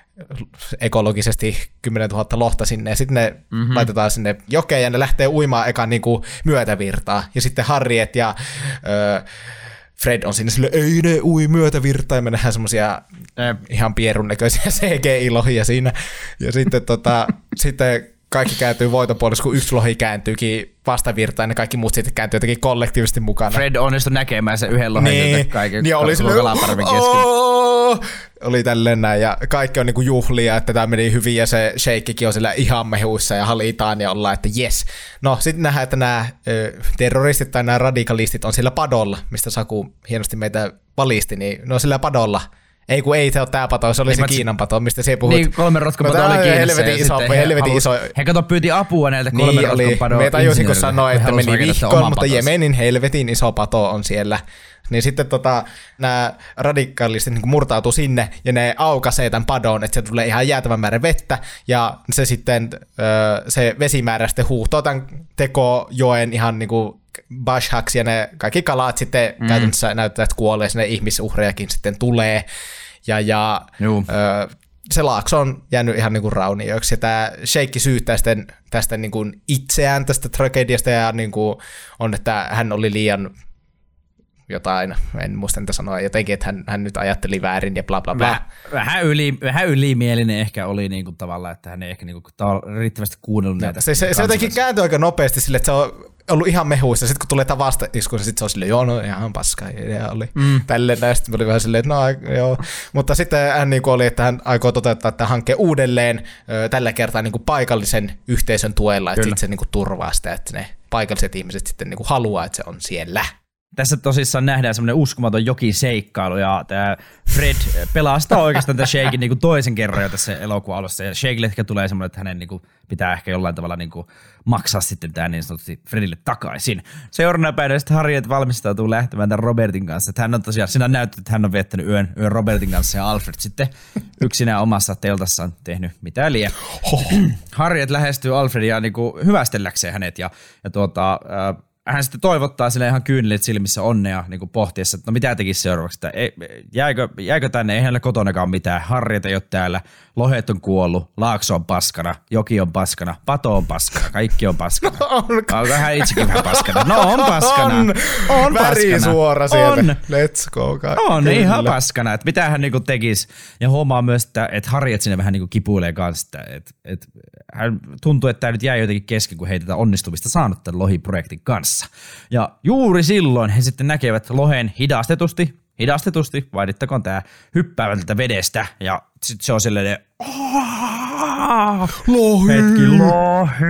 ekologisesti kymmenen tuhatta lohta sinne, ja sitten ne mm-hmm. laitetaan sinne jokeen, ja ne lähtee uimaan ekan niinku myötävirtaa, ja sitten Harriet ja öö, Fred on sinne silleen, ei ne ui myötävirtaa, ja me nähdään semmosia äh. ihan pierun näköisiä C G I-lohia siinä, ja sitten, tota, sitten kaikki kääntyy voiton puolesta, kun yksi lohi kääntyykin vastavirtaan, ja kaikki muut sitten kääntyy jotenkin kollektiivisesti mukana. Fred onnistui näkemään sen yhden lohen niin, kaiken niin oli kalaparven kesken. Oli tälleen näin, ja kaikki on niinku juhlia, että tämä meni hyvin, ja se Shakekin on siellä ihan mehuissa, ja halitaan, ja ollaan, että jes. No, sitten nähdään, että nämä ö, terroristit tai nämä radikalistit on siellä padolla, mistä Saku hienosti meitä valisti, niin ne on sillä padolla. Ei kun ei se ole tää pato, se oli niin se Kiinan pato, mistä siellä puhut. Niin, kolmen rotkon pato oli Kiinassa. Helvetin iso, he, helvetin iso. He kato pyyti apua näiltä kolmen niin rotkon padon me tajusin, kun sanoi, että meni vihkoon, mutta Jemenin helvetin iso pato on siellä. Niin sitten tota, nämä radikalistit niin murtautuu sinne, ja ne aukaisee tämän padon, että se tulee ihan jäätävän määrä vettä, ja se sitten, se vesimäärä sitten huuhtoo tämän tekojoen ihan niin kuin bashhaksi, ja ne kaikki kalat sitten mm. käytännössä näyttää, että kuolee, sinne ihmisuhrejakin sitten tulee, ja, ja ö, se laakso on jäänyt ihan niin kuin raunioiksi, ja tämä Shake syyttää sitten tästä niin kuin itseään tästä tragediasta, ja niin kuin on, että hän oli liian jotain, en muista mitä sanoa, jotenkin, että hän, hän nyt ajatteli väärin ja bla bla bla. Väh, vähän, yli, vähän ylimielinen ehkä oli niinku tavallaan, että hän ei ehkä niinku riittävästi kuunnellut no, näitä. Se, se, se jotenkin kääntyi aika nopeasti sille, että se on ollut ihan mehuissa, sitten kun tulee tämä vastaisku, niin sitten se on silleen, joo, no ihan paska idea oli. Mm. Tälleen näistä oli vähän silleen, että no joo. Mutta sitten hän niin oli, että hän aikoo toteuttaa tämän hankkeen uudelleen tällä kertaa niin kuin paikallisen yhteisön tuella, että sitten se niin kuin turvaa sitä, että ne paikalliset ihmiset sitten niin kuin haluaa, että se on siellä. Tässä tosissaan nähdään semmoinen uskomaton jokiseikkailu, ja tämä Fred pelastaa oikeastaan tämän Shaken niin toisen kerran jo tässä elokuvan alussa, ja Shakelle ehkä tulee semmoinen, että hänen niin kuin pitää ehkä jollain tavalla niin kuin maksaa sitten tämä niin sanotusti Fredille takaisin. Seuraavana päivänä sitten Harriet valmistautuu lähtemään tämän Robertin kanssa, että hän on tosiaan, siinä on näytetty, että hän on viettänyt yön, yön Robertin kanssa, ja Alfred sitten yksinään omassa teltassaan tehnyt mitä liian. Harriet lähestyy Alfredia niin kuin hyvästelläkseen hänet, ja, ja tuota... Äh, hän sitten toivottaa sille ihan kyynelit silmissä onnea niin kuin pohtiessa, että no mitä tekisi seuraavaksi, että ei, jäikö, jäikö tänne, ei hänellä kotonakaan mitään, Harriet ei ole täällä, lohet on kuollut, laakso on paskana, joki on paskana, pato on paskana, kaikki on paskana. No, on vähän itsekin vähän paskana. No on paskana. On, on väri paskana. Suora sieltä. On. Let's go. On kyllä. Ihan paskana, että mitä hän niinku tekisi. Ja huomaa myös, että, että Harriet sinne vähän niinku kipuilee kanssa, että, että hän tuntuu, että tämä nyt jäi jotenkin kesken, kun he ei tätä onnistumista saanut tämän lohiprojektin kanssa. Ja juuri silloin he sitten näkevät lohen hidastetusti, hidastetusti, vaadittakoon tämä hyppäävän tältä vedestä, ja sitten se on sellainen, lohi, hetki, lohi.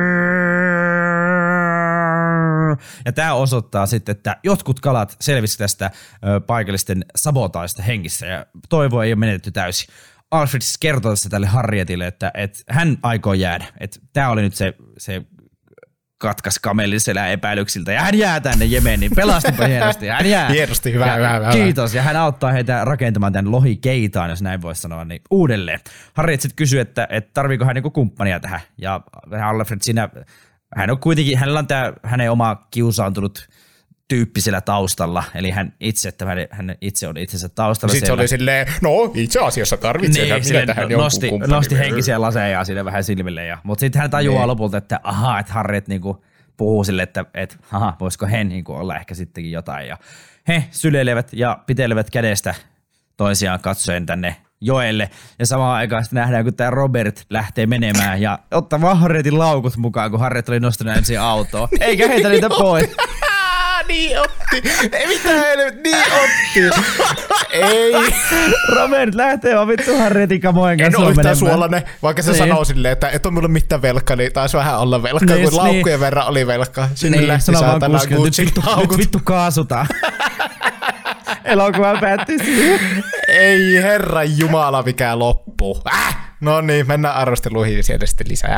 Ja tämä osoittaa sitten, että jotkut kalat selvisivät tästä ö, paikallisten sabotaista hengissä, ja toivo ei ole menetetty täysin. Alfred kertoo tässä tälle Harrietille, että, että hän aikoo jäädä, että tämä oli nyt se, se katkas kamelin selän epäilyksiltä, ja hän jää tänne Jemeniin, pelastipa hienosti, hän jää. Hienosti, hyvä, ja, hyvä, hyvä. Kiitos, ja hän auttaa heitä rakentamaan tämän lohikeitaan, jos näin voisi sanoa, niin uudelleen. Harriet sitten kysyy, että, että tarviiko hän niinku kumppania tähän, ja Alfred siinä, hän on kuitenkin, hänellä on tämä hänen oma kiusaantunut tyyppisellä taustalla, eli hän itse, että hän, hän itse on itsensä taustalla. Sitten siellä. Se oli silleen, no itse asiassa tarvitsee, niin, minä tähän nosti, jonkun nosti henkisiä laseja sinne vähän silmille. Ja, mutta sitten hän tajuaa niin lopulta, että ahaa, että Harriet niinku puhuu sille, että et, haha, voisiko he niin kuin olla ehkä sittenkin jotain. Ja he syleilevät ja pitelevät kädestä toisiaan katsoen tänne joelle. Ja samaan aikaan sitten nähdään, kun tämä Robert lähtee menemään ja ottaa Harrietin laukut mukaan, kun Harriet oli nostanut ensin autoon. Eikä heitä niitä pois. Niin otti. Ei mitään helvet, niin otti. Ei. Robert lähtee vaan vittu Harrietin kamojen kanssa. En ole yhtään menemään. suolainen, vaikka se niin. sanoo silleen, että et ole mulle mitään velkaa, niin taisi vähän olla velkaa, niin, kun laukkujen niin. verran oli velkaa. Sinne niin, lähti saatana kuskille, nyt, vittu, nyt vittu kaasutaan. Elokuva päättyi siihen. Ei herra jumala, mikä loppuu. Äh! No niin, mennään arvosteluihin sieltä sitten lisää.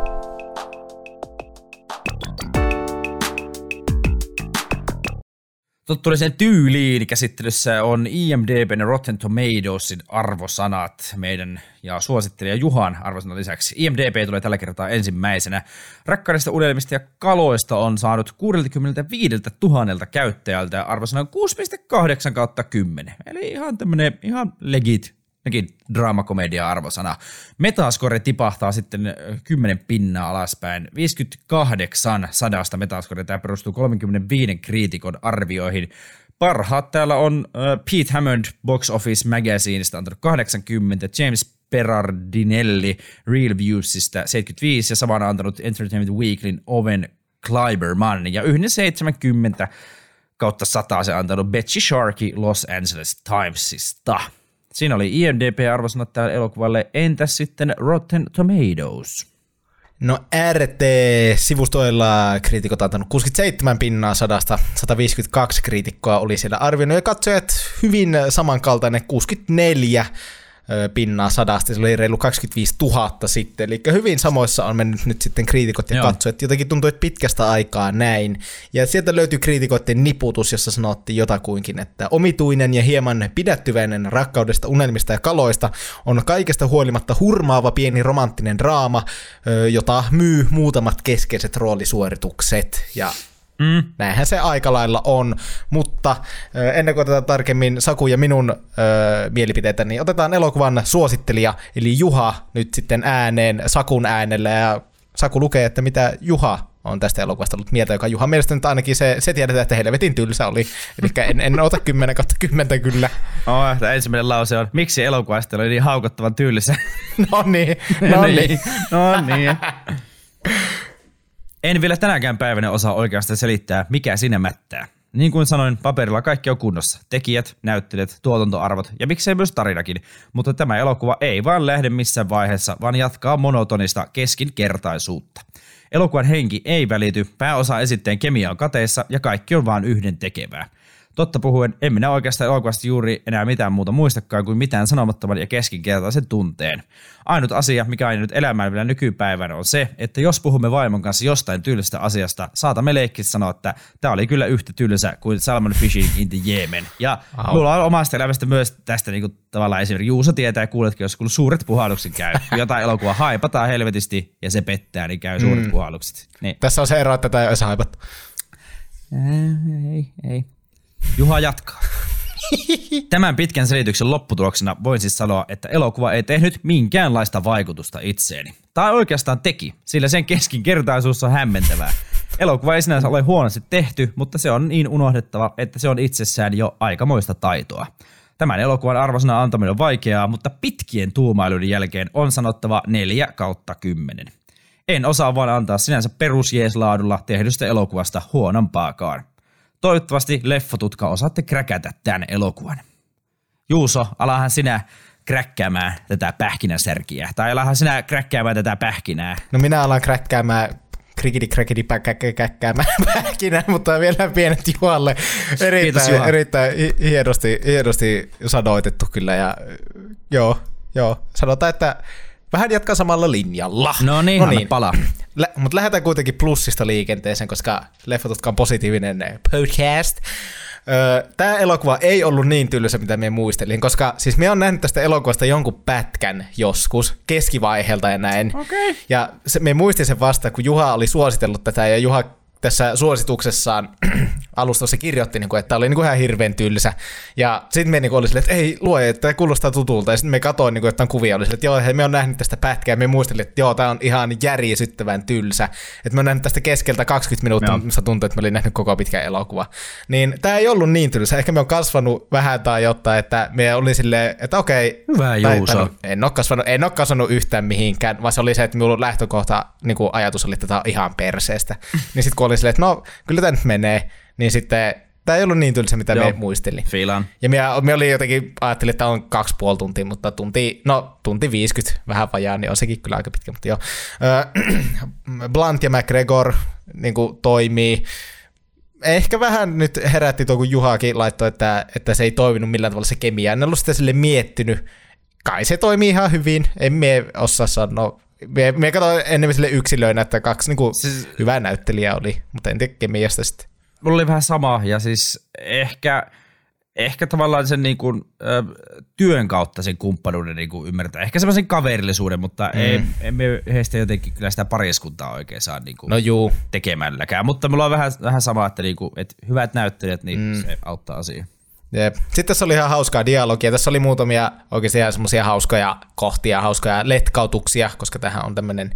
Tottuulliseen tyyliin käsittelyssä on I M D B:n ja Rotten Tomatoesin arvosanat meidän ja suosittelija Juhan arvosanan lisäksi. I M D B tulee tällä kertaa ensimmäisenä. Rakkaudesta, unelmista ja kaloista on saanut kuusikymmentäviisituhatta käyttäjältä ja arvosanan kuusi pilkku kahdeksan kautta kymmenen. Eli ihan tämmönen ihan legit. Nekin draamakomedia-arvosana. Metascore tipahtaa sitten kymmenen pinnaa alaspäin. viisikymmentäkahdeksan sadasta Metascore. Tämä perustuu kolmekymmentäviisi kriitikon arvioihin. Parhaat täällä on uh, Pete Hammond Box Office Magazineista antanut kahdeksankymmentä, James Berardinelli Real Viewsista seitsemänkymmentäviisi ja samana antanut Entertainment Weeklyn Owen Kleiberman ja yhden seitsemänkymmentä kautta sata se antanut Betsy Sharkey Los Angeles Timesista. Siinä oli I M D B-arvosanat tälle elokuvalle. Entäs sitten Rotten Tomatoes? No R T-sivustoilla kriitikot on antanut kuusikymmentäseitsemän pinnaa sadasta, sata viisikymmentäkaksi kriitikkoa oli siellä arvioinut ja katsojat hyvin samankaltainen kuusikymmentäneljä pinnaa sadasta, se oli reilu kaksikymmentäviisituhatta sitten, eli hyvin samoissa on mennyt nyt sitten kriitikot ja Joo. katsojat, jotenkin tuntui, että pitkästä aikaa näin, ja sieltä löytyi kriitikoiden niputus, jossa sanottiin jotakuinkin, että omituinen ja hieman pidättyväinen rakkaudesta, unelmista ja kaloista on kaikesta huolimatta hurmaava pieni romanttinen draama, jota myy muutamat keskeiset roolisuoritukset, ja Mm. näinhän se aika lailla on, mutta ennen kuin otetaan tarkemmin Saku ja minun ö, mielipiteitä, niin otetaan elokuvan suosittelija, eli Juha nyt sitten ääneen Sakun äänellä, ja Saku lukee, että mitä Juha on tästä elokuvasta ollut mieltä, joka Juhan mielestä nyt ainakin se, se tiedetään, että helvetin tylsä oli, eli en, en ota kymmenen kautta kymmentä kyllä. Oh, tämä ensimmäinen lause on, miksi elokuvasta oli niin haukottavan tylsä? No niin, no niin. No niin. En vielä tänäkään päivänä osaa oikeastaan selittää, mikä siinä mättää. Niin kuin sanoin, paperilla kaikki on kunnossa. Tekijät, näyttelijät, tuotantoarvot ja miksei myös tarinakin. Mutta tämä elokuva ei vaan lähde missään vaiheessa, vaan jatkaa monotonista keskinkertaisuutta. Elokuvan henki ei välity, pääosa esitteen kemia on kateissa ja kaikki on vaan yhden tekevää. Totta puhuen, en minä oikeastaan elokuvasta juuri enää mitään muuta muistakaan kuin mitään sanomattoman ja keskinkertaisen tunteen. Ainut asia, mikä on nyt elämään vielä nykypäivänä, on se, että jos puhumme vaimon kanssa jostain tylsästä asiasta, saatamme leikkiä sanoa, että tämä oli kyllä yhtä tylsä kuin salmon fishing in the Yemen. Ja wow. Mulla on omasta elämästä myös tästä niin kuin, tavallaan esimerkiksi Juuso tietää ja kuuletkin, jos kun suuret puhallukset käy. Jotain elokuvaa haipataan helvetisti ja se pettää, niin käy suuret mm. puhallukset. Niin. Tässä on se ero, että tätä ei olisi haipattu. Ei, ei. Juha jatkaa. Tämän pitkän selityksen lopputuloksena voin siis sanoa, että elokuva ei tehnyt minkäänlaista vaikutusta itseeni. Tai oikeastaan teki, sillä sen keskinkertaisuus on hämmentävää. Elokuva ei sinänsä ole huonosti tehty, mutta se on niin unohdettava, että se on itsessään jo aikamoista taitoa. Tämän elokuvan arvosanan antaminen on vaikeaa, mutta pitkien tuumailuiden jälkeen on sanottava neljä kautta kymmenen. En osaa vaan antaa sinänsä perusjeeslaadulla tehdystä elokuvasta huonompaakaan. Toivottavasti leffotutka osaatte kräkätä tämän elokuvan. Juuso, alahan sinä kräkkäämään tätä pähkinäsärkiä. Tai alahan sinä kräkkäämään tätä pähkinää. No minä alan kräkkäämään, krikidi kräkidi kräkkäämään pähkinää, mutta vielä pienet Juhalle. Erittäin, Kiitos, Juha. erittäin hienosti, hienosti sanoitettu kyllä. Ja, joo, joo, sanotaan, että vähän jatkaa samalla linjalla. No niin, no niin. Pala. Lä- Mutta lähdetään kuitenkin plussista liikenteeseen, koska Leffotutka on positiivinen podcast. Öö, Tämä elokuva ei ollut niin tylsä, mitä minä muistelin, koska siis minä olen nähnyt tästä elokuvasta jonkun pätkän joskus, keskivaiheelta ja näin. Okay. Ja se, minä muistin sen vasta, kun Juha oli suositellut tätä, ja Juha tässä suosituksessaan alusta se kirjoitti, niin kuin, että oli niin kuin ihan hirveän tylsä. Ja sitten me niin kuin oli silleen, että ei lue, että tämä kuulostaa tutulta. Ja sitten me katsoin, niin kuin, että on kuvia, oli silleen, että joo, hei, me on nähnyt tästä pätkää. Me muistelin, että joo, tämä on ihan järisyttävän tylsä. Että me on nähnyt tästä keskeltä kaksikymmentä minuuttia, mistä tuntui, että me olin nähnyt koko pitkän elokuva. Niin tämä ei ollut niin tylsä. Ehkä me on kasvanut vähän tai jotain, että me oli silleen, että okei. Hyvä Juuso. En ole kasvanut, en ole kasvanut yhtään mihinkään, vaan se oli se, että minulla lähtökohta, niin kuin ajatus oli, että tämä on ihan perseestä. Niin sitten kun oli silleen, että no, kyllä tämä nyt menee, niin sitten tämä ei ollut niin tylsä, mitä Joo, me muistelin. Fiilan. Ja me, me oli jotenkin, ajattelin, että on kaksi puoli tuntia, mutta tunti, no tunti viisikymmentä, vähän vajaa, niin on sekin kyllä aika pitkä, mutta joo. Blunt ja McGregor niin kuin toimii. Ehkä vähän nyt herätti tuo, kun Juhakin laittoi, että, että se ei toiminut millään tavalla se kemia. En ollut sitä sille miettinyt. Kai se toimii ihan hyvin, en mie osaa sanoa. Mie, mie katsoin enemmän sille yksilöinä, että kaksi niin kuin, siis, hyvää näyttelijää oli, mutta en tiedä kemiasta sitten. Mulla oli vähän sama, ja siis ehkä, ehkä tavallaan sen niin kuin, ö, työn kautta sen kumppanuuden niin kuin ymmärtää. Ehkä semmoisen kaverillisuuden, mutta mm. ei, emme heistä jotenkin kyllä sitä pariskuntaa oikein saa niin kuin, no juu. tekemälläkään. Mutta mulla on vähän, vähän sama, että, niin kuin, että hyvät näyttelijät, niin mm. se auttaa asiaa. Jep. Sitten tässä oli ihan hauskaa dialogia. Tässä oli muutamia oikeasti ihan semmoisia hauskoja kohtia, hauskoja letkautuksia, koska tämähän on tämmöinen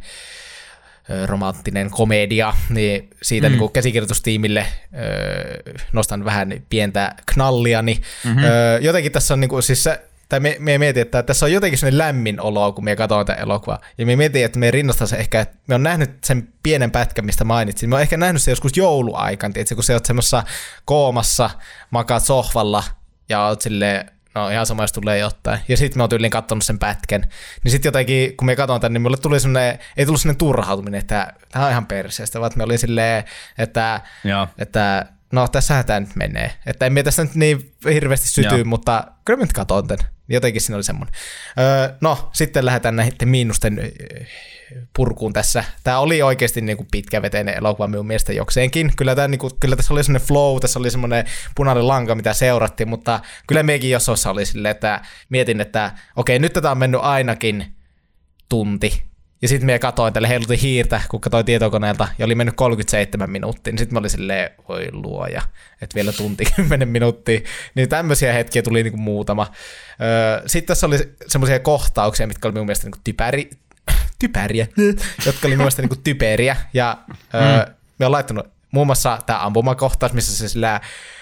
romanttinen komedia, niin siitä mm. niin käsikirjoitustiimille öö, nostan vähän pientä knalliani. Mm-hmm. Öö, jotenkin tässä on, niin kuin, siis se, tai me, me mietin, että tässä on jotenkin sellainen lämmin olo, kun me katsoin tätä elokuvaa. Ja me mietin, että me rinnastaa se ehkä, että me on nähnyt sen pienen pätkän, mistä mainitsin. Me on ehkä nähnyt se joskus jouluaikaan, tietysti, kun sä oot semmoisessa koomassa, makaat sohvalla ja oot silleen, no ihan sama, jos tulee jotain. Ja sitten me oon tyyliin katsonut sen pätkän. Niin sitten jotenkin, kun me katson tän, niin mulle tuli semmoinen, ei tullut semmoinen turhautuminen, että tämä on ihan perseestä, vaan me olin silleen, että, että no tässähän tämä nyt menee. Että en mie tästä nyt niin hirveästi sytyy, Joo. mutta kyllä mä nyt katson tän. Jotenkin siinä oli semmoinen. Öö, no, sitten lähdetään näiden miinusten purkuun tässä. Tämä oli oikeasti niin kuin pitkäveteinen elokuva minun mielestä jokseenkin. Kyllä, tämä, niin kuin, kyllä tässä oli semmoinen flow, tässä oli semmoinen punainen lanka, mitä seurattiin, mutta kyllä mekin jossain oli silleen, että mietin, että okei, nyt tätä on mennyt ainakin tunti. Ja sitten me katsoin, tälle heilutin hiirtä, kun katsoin tietokoneelta, ja oli mennyt kolmekymmentäseitsemän minuuttia, niin sitten mä olin silleen, voi luoja, että vielä tunti kymmenen minuuttia. Niin tämmöisiä hetkiä tuli niinku muutama. Sitten tässä oli semmoisia kohtauksia, mitkä oli minun mielestä niinku typäri, typäriä, jotka oli minun mielestä niinku typeriä. Ja mm. me on laittanut muun muassa tämä ampumakohtaus, missä se sillä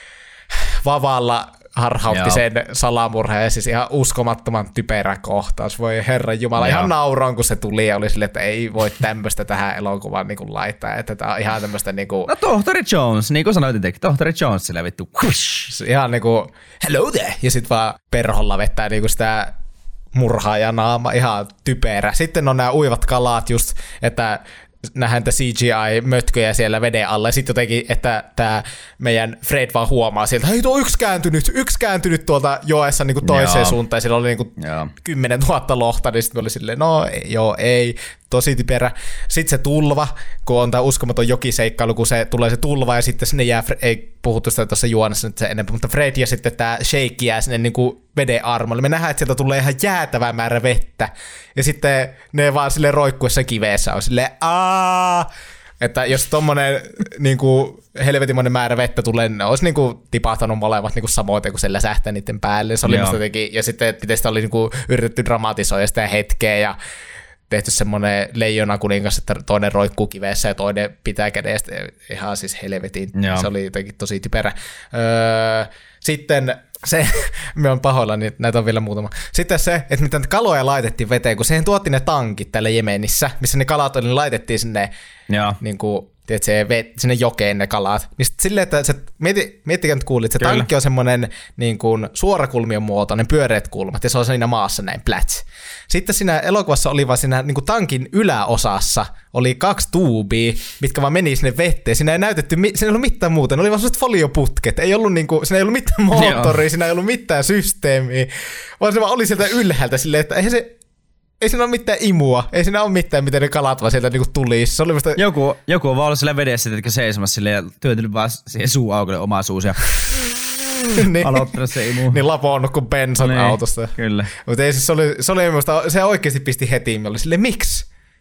vavalla harhautti Joo. sen salamurheen, ja siis ihan uskomattoman typerä kohtaus. Voi herran jumala, Joo. ihan nauroin, kun se tuli, ja oli silleen, että ei voi tämmöistä tähän elokuvaan niin kuin laittaa, että tämä on ihan tämmöistä niin kuin... No tohtori Jones, niin kuin sanoit itsekin, tohtori Jones sillä vittu. Ihan niin kuin, hello there, ja sitten vaan perholla vettää niin kuin sitä murhaaja naama, ihan typerä. Sitten on nämä uivat kalat just, että nähdään tätä C G I-mötköjä siellä veden alla, ja sitten jotenkin, että tämä meidän Fred vaan huomaa sieltä, hei tuo yksi kääntynyt, yksi kääntynyt tuolta joessa niin kuin toiseen joo. suuntaan, ja siellä oli niin kuin kymmenen tuhatta lohta, niin sitten me oli silleen, no joo, ei, tosi typerä. Sitten se tulva, kun on tämä uskomaton jokiseikkailu, kun se tulee se tulva, ja sitten sinne jää, ei puhuttu sitä tuossa juonessa nyt se enempää, mutta Fred ja sitten tämä Shake jää sinne niin kuin veden armoille. Me nähdään, että sieltä tulee ihan jäätävä määrä vettä, ja sitten ne vaan silleen roikkuessa kiveessä on silleen, aah, että jos tommonen niinku helvetimoinen määrä vettä tulee, niin ne olisi niinku tipahtanut molemmat niinku samoin, kun se läsähtää niiden päälle. Se oli musta jotenkin, ja sitten miten sitä oli niinku yritetty dramatisoida sitä hetkeä, ja tehty semmoinen leijona kuningas, että toinen roikkuu kiveessä ja toinen pitää kädestä. Ihan siis helvetin. Joo. Se oli jotenkin tosi typerä. Öö, sitten se, me on pahoillani, näitä on vielä muutama. Sitten se, että miten kaloja laitettiin veteen, kun siihen tuotti ne tankit täällä Jemenissä, missä ne kalat oli, niin laitettiin sinne niin kuin, tiedätkö, sinne jokeen ne kalat. Niin sitten silleen, että se, mieti, miettikää nyt kuulit, se Kyllä. tankki on semmoinen niin kuin suorakulmion muotoinen, pyöreät kulmat, ja se on siinä maassa näin pläts. Sitten siinä elokuvassa oli vaan siinä niin kuin tankin yläosassa oli kaksi tuubia, mitkä vaan meni sinne vetteen. Siinä ei näytetty, siinä ei ollut mitään muuta, ne oli vaan sellaiset folioputket. Ei ollut niin kuin, siinä ei ollut mitään moottoria, siinä ei ollut mitään systeemiä, vaan se vaan oli sieltä ylhäältä silleen, että eihän se... Ei siinä ole mitään imua, ei siinä ole mitään, miten ne kalat vaan sieltä niinku tulisi. Se oli musta... Joku, joku on vaan ollut sillä vedessä, että seisomassa silleen ja työntynyt vaan siihen suuaukolle omaa suusi ja niin. aloittanut se imu. Niin lapoonnut kuin bensan niin, autosta. Kyllä. Mutta ei siis se oli, se oli musta, se oikeasti pisti heti, me oli silleen, miksi?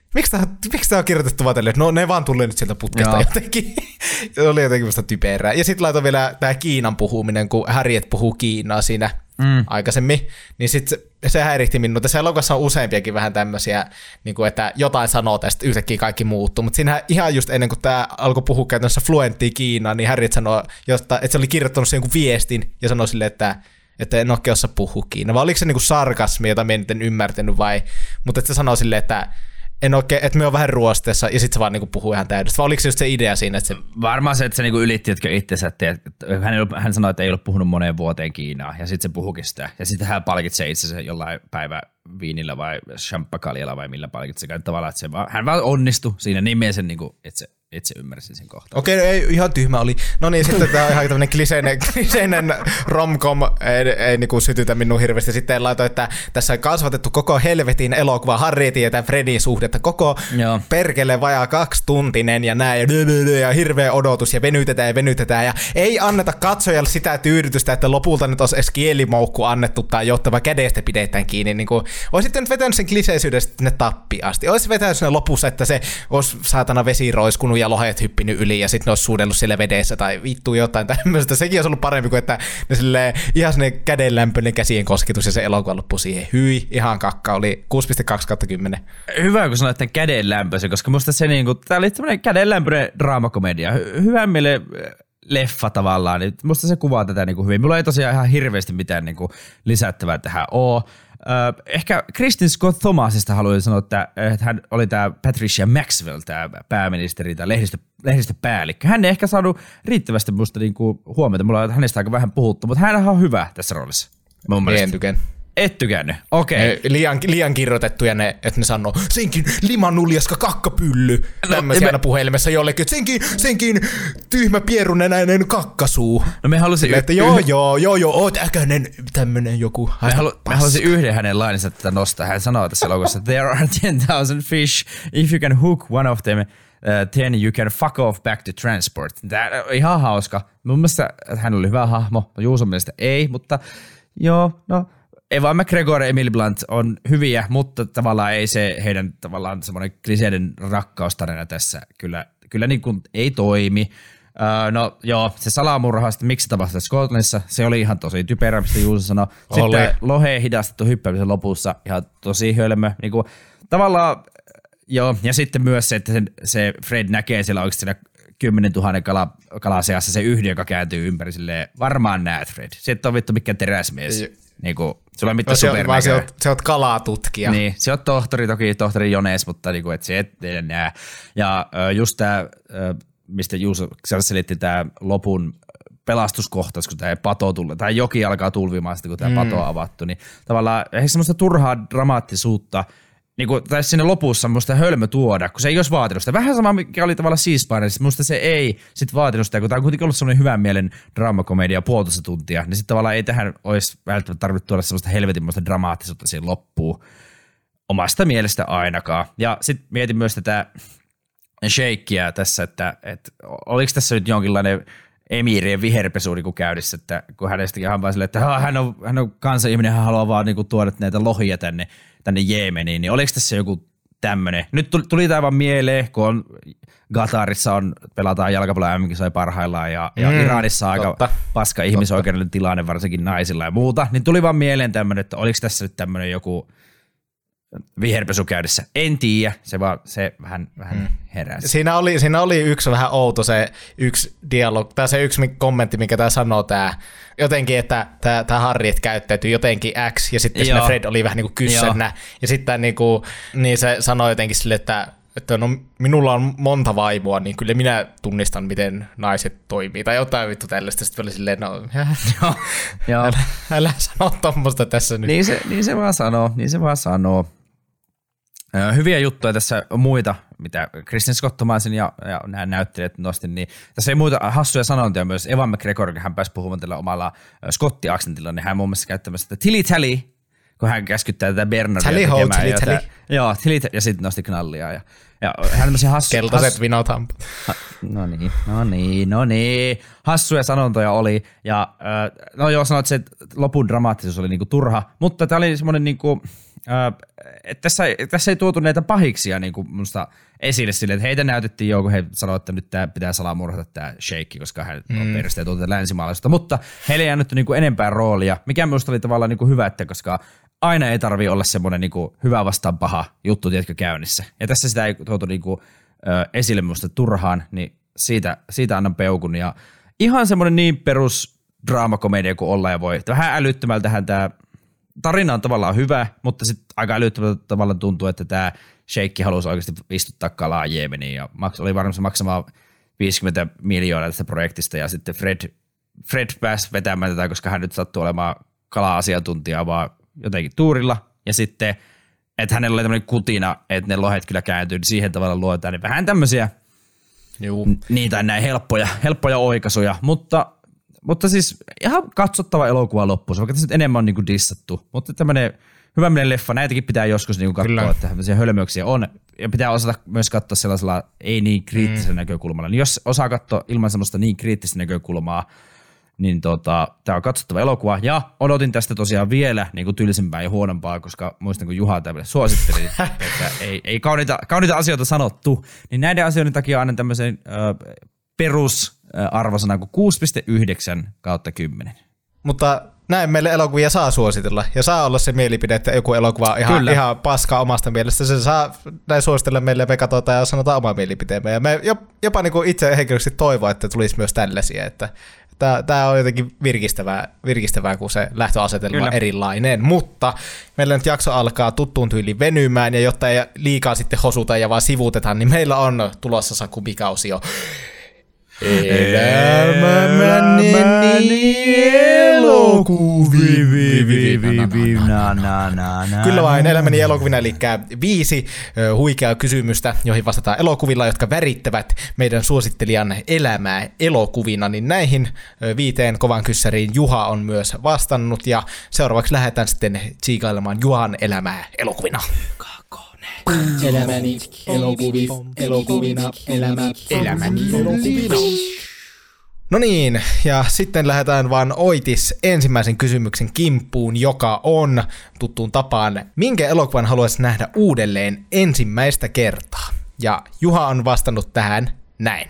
Miksi tämä, miksi tämä on kirjoitettu vaan tälleen, no ne vaan tulee nyt sieltä putkesta Joo. jotenkin. Se oli jotenkin musta typerää. Ja sitten laitoin vielä tämä Kiinan puhuminen, kun Harriet puhuu Kiinaa siinä mm. aikaisemmin, niin sitten se, se häiritti minua. Tässä elokuvassa on useampiakin vähän tämmöisiä, niin kuin, että jotain sanoo tästä, yhtäkkiä kaikki muuttuu. Mutta siinä ihan just ennen kuin tämä alkoi puhua käytännössä fluenttia Kiinaa, niin Harriet sanoi, että se oli kirjoittanut sen jonkun viestin ja sanoi silleen, että että en oikein osaa puhua Kiinaa. Vai oliko se niinku sarkasmi, jota me en ymmärtänyt vai, mutta että se sanoi silleen, että en oikein, että me on vähän ruosteessa, ja sitten se vaan niinku puhuu ihan täydellisesti. Vai oliko se just se idea siinä? Että se... Varmaan se, että se niinku ylitti jotka itsensä. Hän, hän sanoi, että ei ole puhunut moneen vuoteen Kiinaa, ja sitten se puhukin sitä. Ja sitten hän palkitsee itsensä jollain päiväviinillä vai champagnella vai millä palkitsee. Tavallaan, että se vaan, hän vaan onnistui siinä nimensä, niinku, että se itse ymmärsin sen kohtaan. Okei, ei, ihan tyhmä oli. No niin, sitten tämä on ihan tämmöinen kliseinen, kliseinen rom-com, ei, ei niinku sytytä minun hirveästi. Sitten laitoin, että tässä on kasvatettu koko helvetin elokuva Harrietin ja tämän Fredin suhdetta. Koko Joo. perkele vajaa kaksituntinen ja näin, ja, ja hirveä odotus, ja venytetään ja venytetään. Ja ei anneta katsojalle sitä tyydytystä, että lopulta nyt olisi edes kielimoukku annettu tai jottava kädestä pidetään kiinni. Niin kuin, olisi nyt vetänyt sen kliseisyydestä sinne tappiin asti. Olisi vetänyt sinne lopussa, että se olisi saatana vesi roiskunut ja lohet hyppinyt yli ja sitten ne olisi suudellut siellä vedessä tai vittu jotain tämmöistä. Sekin olisi ollut parempi kuin, että ne silleen ihan sinne kädenlämpöinen käsien kosketus ja se elokuva loppui siihen. Hyi, ihan kakka, oli kuusi pilkku kaksi kautta kymmenen. Hyvä, kun sanoit tämän kädenlämpöisen, koska musta se niinku, tää oli tämmöinen kädenlämpöinen draamakomedia. Hy- hyvän mielen leffa tavallaan, niin musta se kuvaa tätä niinku hyvin. Mulla ei tosiaan ihan hirveästi mitään niinku lisättävää tähän oo. Uh, ehkä Kristin Scott Thomasista haluaisin sanoa, että, että hän oli tämä Patricia Maxwell, tämä pääministeri, tämä lehdistö, lehdistöpäällikkö. Hän ei ehkä saanut riittävästi musta niinku huomiota. Mulla on hänestä aika vähän puhuttu, mutta hän on hyvä tässä roolissa. Mun mielestä. En tykän. Et tykännyt, okei. Okay. Liian, liian kirjoitettuja ne, että ne sanoo, senkin limanuljaska kakkapylly. No, tämmöisiä aina me... puhelimessa jollekin, että senkin, senkin tyhmä pierunenäinen kakkasuu. No me halusin... Sille, että joo, joo, joo, joo, oot äkäinen tämmönen joku. Me, halu, me halusin yhden hänen laininsa tätä nostaa. Hän sanoo tässä logossa, there are ten thousand fish. If you can hook one of them, uh, then you can fuck off back to transport. Tämä on ihan hauska. Mun mielestä hän oli hyvä hahmo. Juuson mielestä ei, mutta joo, no... Evan McGregor ja Emily Blunt on hyviä, mutta tavallaan ei se heidän tavallaan semmoinen kliseinen rakkaustarina tässä kyllä, kyllä niin kuin ei toimi. Öö, no joo, se salamurha, sitten miksi se tapahtui Skotlannissa, se oli ihan tosi typerä, mistä Juuso sanoi. Sitten loheen hidastettu hyppäämisen lopussa, ihan tosi hölmö. Niin kuin, tavallaan, joo, ja sitten myös se, että se, se Fred näkee siellä oikeasti siinä kymmenen tuhannen kala, kalaseassa se yhden, joka kääntyy ympäri silleen, varmaan näet Fred. Se et ole vittu mikään teräsmies. Ei. Niinku, sulla on mitään supernäköä. Se, se oot kalatutkija. Niin, se on tohtori, toki tohtori Jones, mutta niinku, et se et näe. Ja just tämä, mistä Juuso selitti tämä lopun pelastuskohtaus, kun tämä pato tulee, tai joki alkaa tulvimaan sitten, kun tämä mm. pato on avattu, niin tavallaan ehkä semmoista turhaa dramaattisuutta, niin kuin, tai sinne lopussa musta hölmö tuoda, kun se ei olisi vaatinut sitä. Vähän sama, mikä oli tavallaan Seaspire, musta se ei sit vaatinut sitä, kun tämä on kuitenkin ollut semmoinen hyvän mielen draamakomedia puolitoista tuntia, niin sitten tavallaan ei tähän olisi välttämättä tarvinnut tuoda semmoista helvetinmoista dramaattisuutta siihen loppuun. Omasta mielestä ainakaan. Ja sitten mietin myös tätä shakeia tässä, että, että oliko tässä nyt jonkinlainen emirien viherpesu niin käynnissä, että kun hänestäkin hän vaan silleen, että hän on, hän on kansanihminen, hän haluaa vaan niin tuoda näitä lohia tänne, tänne Jeemeniin, niin oliko tässä joku tämmöinen? Nyt tuli tämä vaan mieleen, kun on Qatarissa on, pelataan jalkapallon M M-kisoja parhaillaan ja, ja mm, Iranissa on aika paska ihmisoikeudellinen tilanne, varsinkin naisilla ja muuta, niin tuli vaan mieleen tämmöinen, että oliko tässä nyt tämmöinen joku viherpesu käydessä. En tiedä, se vaan se vähän, vähän hmm. heräsi. Siinä oli, siinä oli yksi vähän outo se yksi dialog, tai se yksi kommentti, mikä tämä sanoo, tämä jotenkin, että tämä, tämä Harriet käyttäytyi jotenkin X, ja sitten siinä Fred oli vähän niin kuin kyssennä, ja sitten niin, kuin, niin se sanoi jotenkin sille, että että no minulla on monta vaimoa, niin kyllä minä tunnistan, miten naiset toimii, tai jotain vittu tällaista. Sitten oli silleen, no joo, joo. Älä, älä sano tommoista tässä nyt. Niin se, niin se vaan sanoo, niin se vaan sanoo. Hyviä juttuja tässä on muita, mitä Kristin Scott Thomasin ja, ja nämä näyttelijät nosti, niin tässä ei muita hassuja sanontoja myös. Evan McGregor, hän pääsi puhumaan tällä omalla Scotti-aksentilla, niin hän muun muassa käyttämässä sitä tilly-tally, kun hän käskyttää tätä Bernardia tekemään. Tally ho, tilly Joo, tilly, ja sitten nosti knallia. Ja, ja hän tämmöisiä hassuja. Keltaiset has... vinot hampa. Ha, no niin, no niin, no niin. Hassuja sanontoja oli. Ja no joo, sanoit, että se lopun dramaattisuus oli niinku turha, mutta tämä oli semmoinen niinku, äh, tässä, tässä ei tuotu näitä pahiksia niin kuin musta esille silleen, että heitä näytettiin jo, kun he sanoivat, että nyt tämä pitää salamurhata tämä Sheikki, koska hän mm. on perusteet tuolta länsimaalaisesta, mutta heille ei annettu niin kuin enempää roolia, mikä minusta oli tavallaan niin kuin hyvä, että koska aina ei tarvitse olla semmoinen niin kuin hyvä vastaan paha juttu, tiedätkö, käynnissä. Ja tässä sitä ei tuotu niin kuin, äh, esille minusta turhaan, niin siitä, siitä annan peukun. Ja ihan semmoinen niin perus draamakomedia kuin olla ja voi. Vähän älyttömältähän tämä tarina on tavallaan hyvä, mutta sitten aika älyttömältä tavallaan tuntuu, että tämä Sheikki halusi oikeasti istuttaa kalaa Jemeniin ja oli varmasti maksamaan viisikymmentä miljoonaa tästä projektista ja sitten Fred, Fred pääsi vetämään tätä, koska hän nyt sattui olemaan kala-asiantuntija vaan jotenkin tuurilla ja sitten, että hänellä oli tämmöinen kutina, että ne lohet kyllä kääntyy, niin siihen tavalla luotaan, niin vähän tämmöisiä Juu. niitä näin helppoja, helppoja oikaisuja, mutta Mutta siis ihan katsottava elokuva loppuun, vaikka tässä nyt enemmän on niinku dissattu, mutta tämmöinen hyväminen leffa, näitäkin pitää joskus niinku katsoa, Kyllä. että tämmöisiä hölmöyksiä on, ja pitää osata myös katsoa sellaisella ei niin kriittisellä mm. näkökulmalla. Niin jos osaa katsoa ilman semmoista niin kriittistä näkökulmaa, niin tota, tämä on katsottava elokuva, ja odotin tästä tosiaan vielä niinku tylsempää ja huonompaa, koska muistan, kun Juha tämmöinen suositteli, että ei, ei kauniita, kauniita asioita sanottu, niin näiden asioiden takia annan tämmöisen äh, perus arvosana kuin kuusi pilkku yhdeksän kautta kymmenen. Mutta näin meille elokuvia saa suositella ja saa olla se mielipide, että joku elokuva on ihan, ihan paskaa omasta mielestä. Se saa näin suositella meille ja me katsotaan ja sanotaan oma mielipiteemme. Ja me jopa niin kuin itse henkilöisesti toivon, että tulisi myös tällaisia. Että tämä on jotenkin virkistävää, virkistävää, kun se lähtöasetelma Kyllä. on erilainen. Mutta meillä nyt jakso alkaa tuttuun tyyliin venymään ja jotta ei liikaa sitten hosuta ja vaan sivuutetaan, niin meillä on tulossa Sakubikausi jo. Elämäni elokuvina. Kyllä vain, elämäni elokuvina, eli viisi huikeaa kysymystä, joihin vastataan elokuvilla, jotka värittävät meidän suosittelijan elämää elokuvina. Niin näihin viiteen kovan kyssäriin Juha on myös vastannut, ja seuraavaksi lähdetään sitten tsiikailemaan Juhan elämää elokuvina. Elämäni elokuvina, elokuvina, elämä, elämäni elokuvina. No niin, ja sitten lähdetään vaan oitis ensimmäisen kysymyksen kimppuun, joka on tuttuun tapaan, minkä elokuvan haluaisi nähdä uudelleen ensimmäistä kertaa? Ja Juha on vastannut tähän näin.